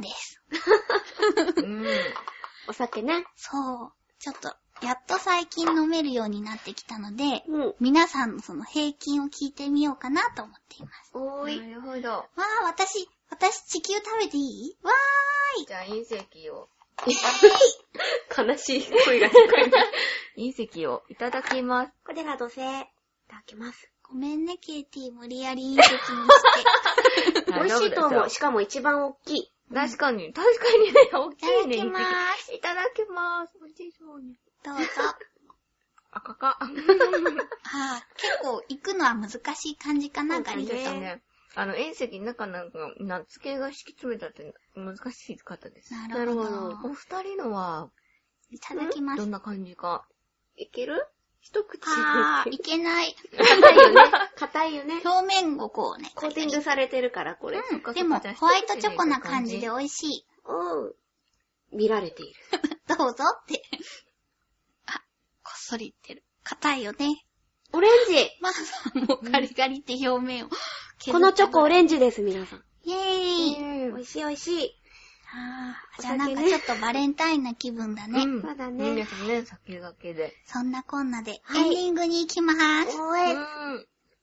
うん、 お酒ね。 そう。ちょっと、やっと最近飲めるようになってきたので、 うん、 皆さんのその平均を聞いてみようかなと思っています。 おーい。 なるほど。 わー、私、私地球食べていい？わーい。 じゃあ隕石を。 悲しい声が聞こえる。 隕石をいただきます。 これが土星。いただきます。 ごめんね、ケイティ。無理やり隕石にして。 美味しいと思う。しかも一番大きい。 確かに、確かにね、大きいね。 いただきまーす。 いただきまーす。美味しそうね。 どうぞ。 赤か。 あー、結構行くのは難しい感じかな、ガリちょっとレー。 ね、あの、隕石の中なんか、ナッツ系が敷き詰めたって難しかったです。 なるほど。 お二人のは、 いただきます。 どんな感じか。 いける？一口。 あー、いけない。 硬いよね。硬いよね。 表面をこうね。 コーティングされてるから、これ。 うん、でも、ホワイトチョコな感じで美味しい。 うん。見られている。 どうぞって。あ、こっそり言ってる。硬いよね。 オレンジ。 まあさんもガリガリって表面を。 このチョコオレンジです、皆さん。 イェーイ。 美味しい美味しい。 あー、じゃあなんかちょっとバレンタインな気分だね。 うん、 そうだね。 いいですね、先駆けで。 そんなこんなで、 はい、 エンディングに行きまーす。 おーい。 うん。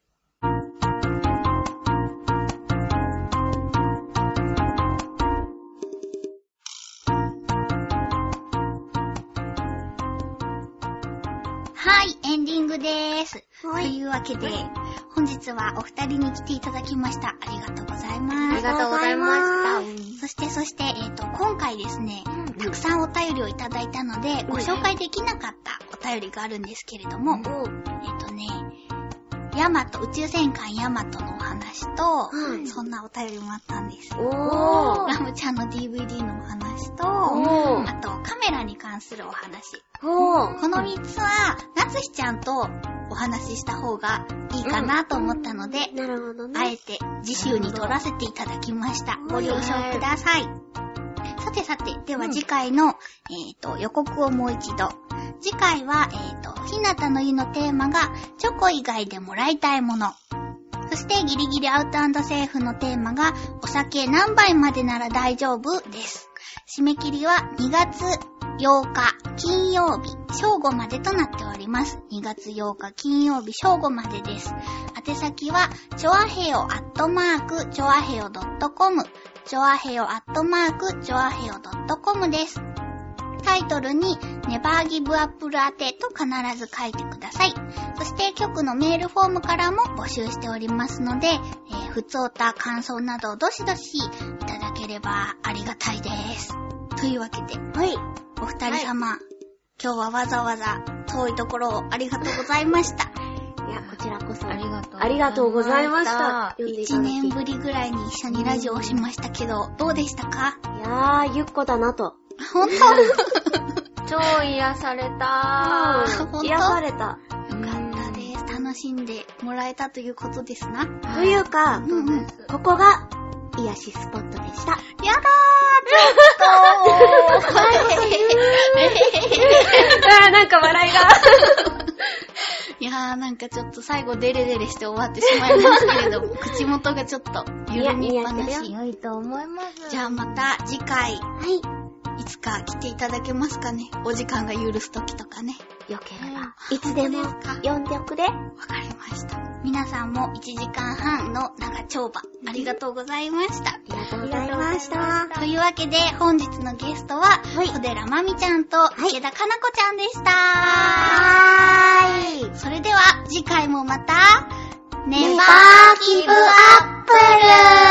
はい、エンディングでーす。 はい。 というわけで、本日はお二人に来ていただきました。ありがとうございます。 ありがとうございました。 そして、そして、えっと、今回ですね、たくさんお便りをいただいたので、ご紹介できなかったお便りがあるんですけれども、えっとね、ヤマト、宇宙戦艦ヤマトのお話と、 はい、 そんなお便りもあったんです。 おー。 ラムちゃんの ディーブイディー のお話と、 おー。 あとカメラに関するお話。 おー。 このみっつは、なつひちゃんとお話しした方がいいかなと思ったので、 うん、なるほどね。 あえて次週に撮らせていただきました。ご了承ください。さてさて、では次回の、うん、えっと、予告をもう一度。次回は、えっと、ひなたの湯のテーマが、チョコ以外でもらいたいもの。そして、ギリギリアウト&セーフのテーマが、お酒何杯までなら大丈夫です。締め切りはにがつようか金曜日正午までとなっております。にがつようか金曜日正午までです。宛先は、ちょあへよアットマーク、ちょあへよ .com、ちょあへよアットマーク、ちょあへよ .com です。 タイトルにネバーギブアップル宛てと必ず書いてください。そして局のメールフォームからも募集しておりますので、えー、ふつおた感想などどしどしいただければありがたいです。というわけで、 はい。 お二人様、はい、今日はわざわざ遠いところをありがとうございました。 いや、こちらこそ。 ありがとう。 ありがとうございました。 一年ぶりぐらいに一緒にラジオをしましたけど、どうでしたか？ いやー、ゆっこだなと。 ほんと超癒されたー。癒された。 よかったです。楽しんでもらえたということですな。 というか、 うんうん、 ここが癒しスポットでした。 やだーちょっとあーなんか笑いがいやーなんかちょっと最後デレデレして終わってしまいましたけれども口元がちょっと緩みっぱなし。 良いと思います。 じゃあまた次回、 はいいつか来ていただけますかね。お時間が許すときとかね。 よければいつでも呼んでおくれ。わかりました。皆さんもいちじかんはんの長丁場ありがとうございました。 ありがとうございました。 というわけで本日のゲストは、はい、小寺まみちゃんと池田かなこちゃんでした。 はーい。 それでは次回もまたネバーギブアップル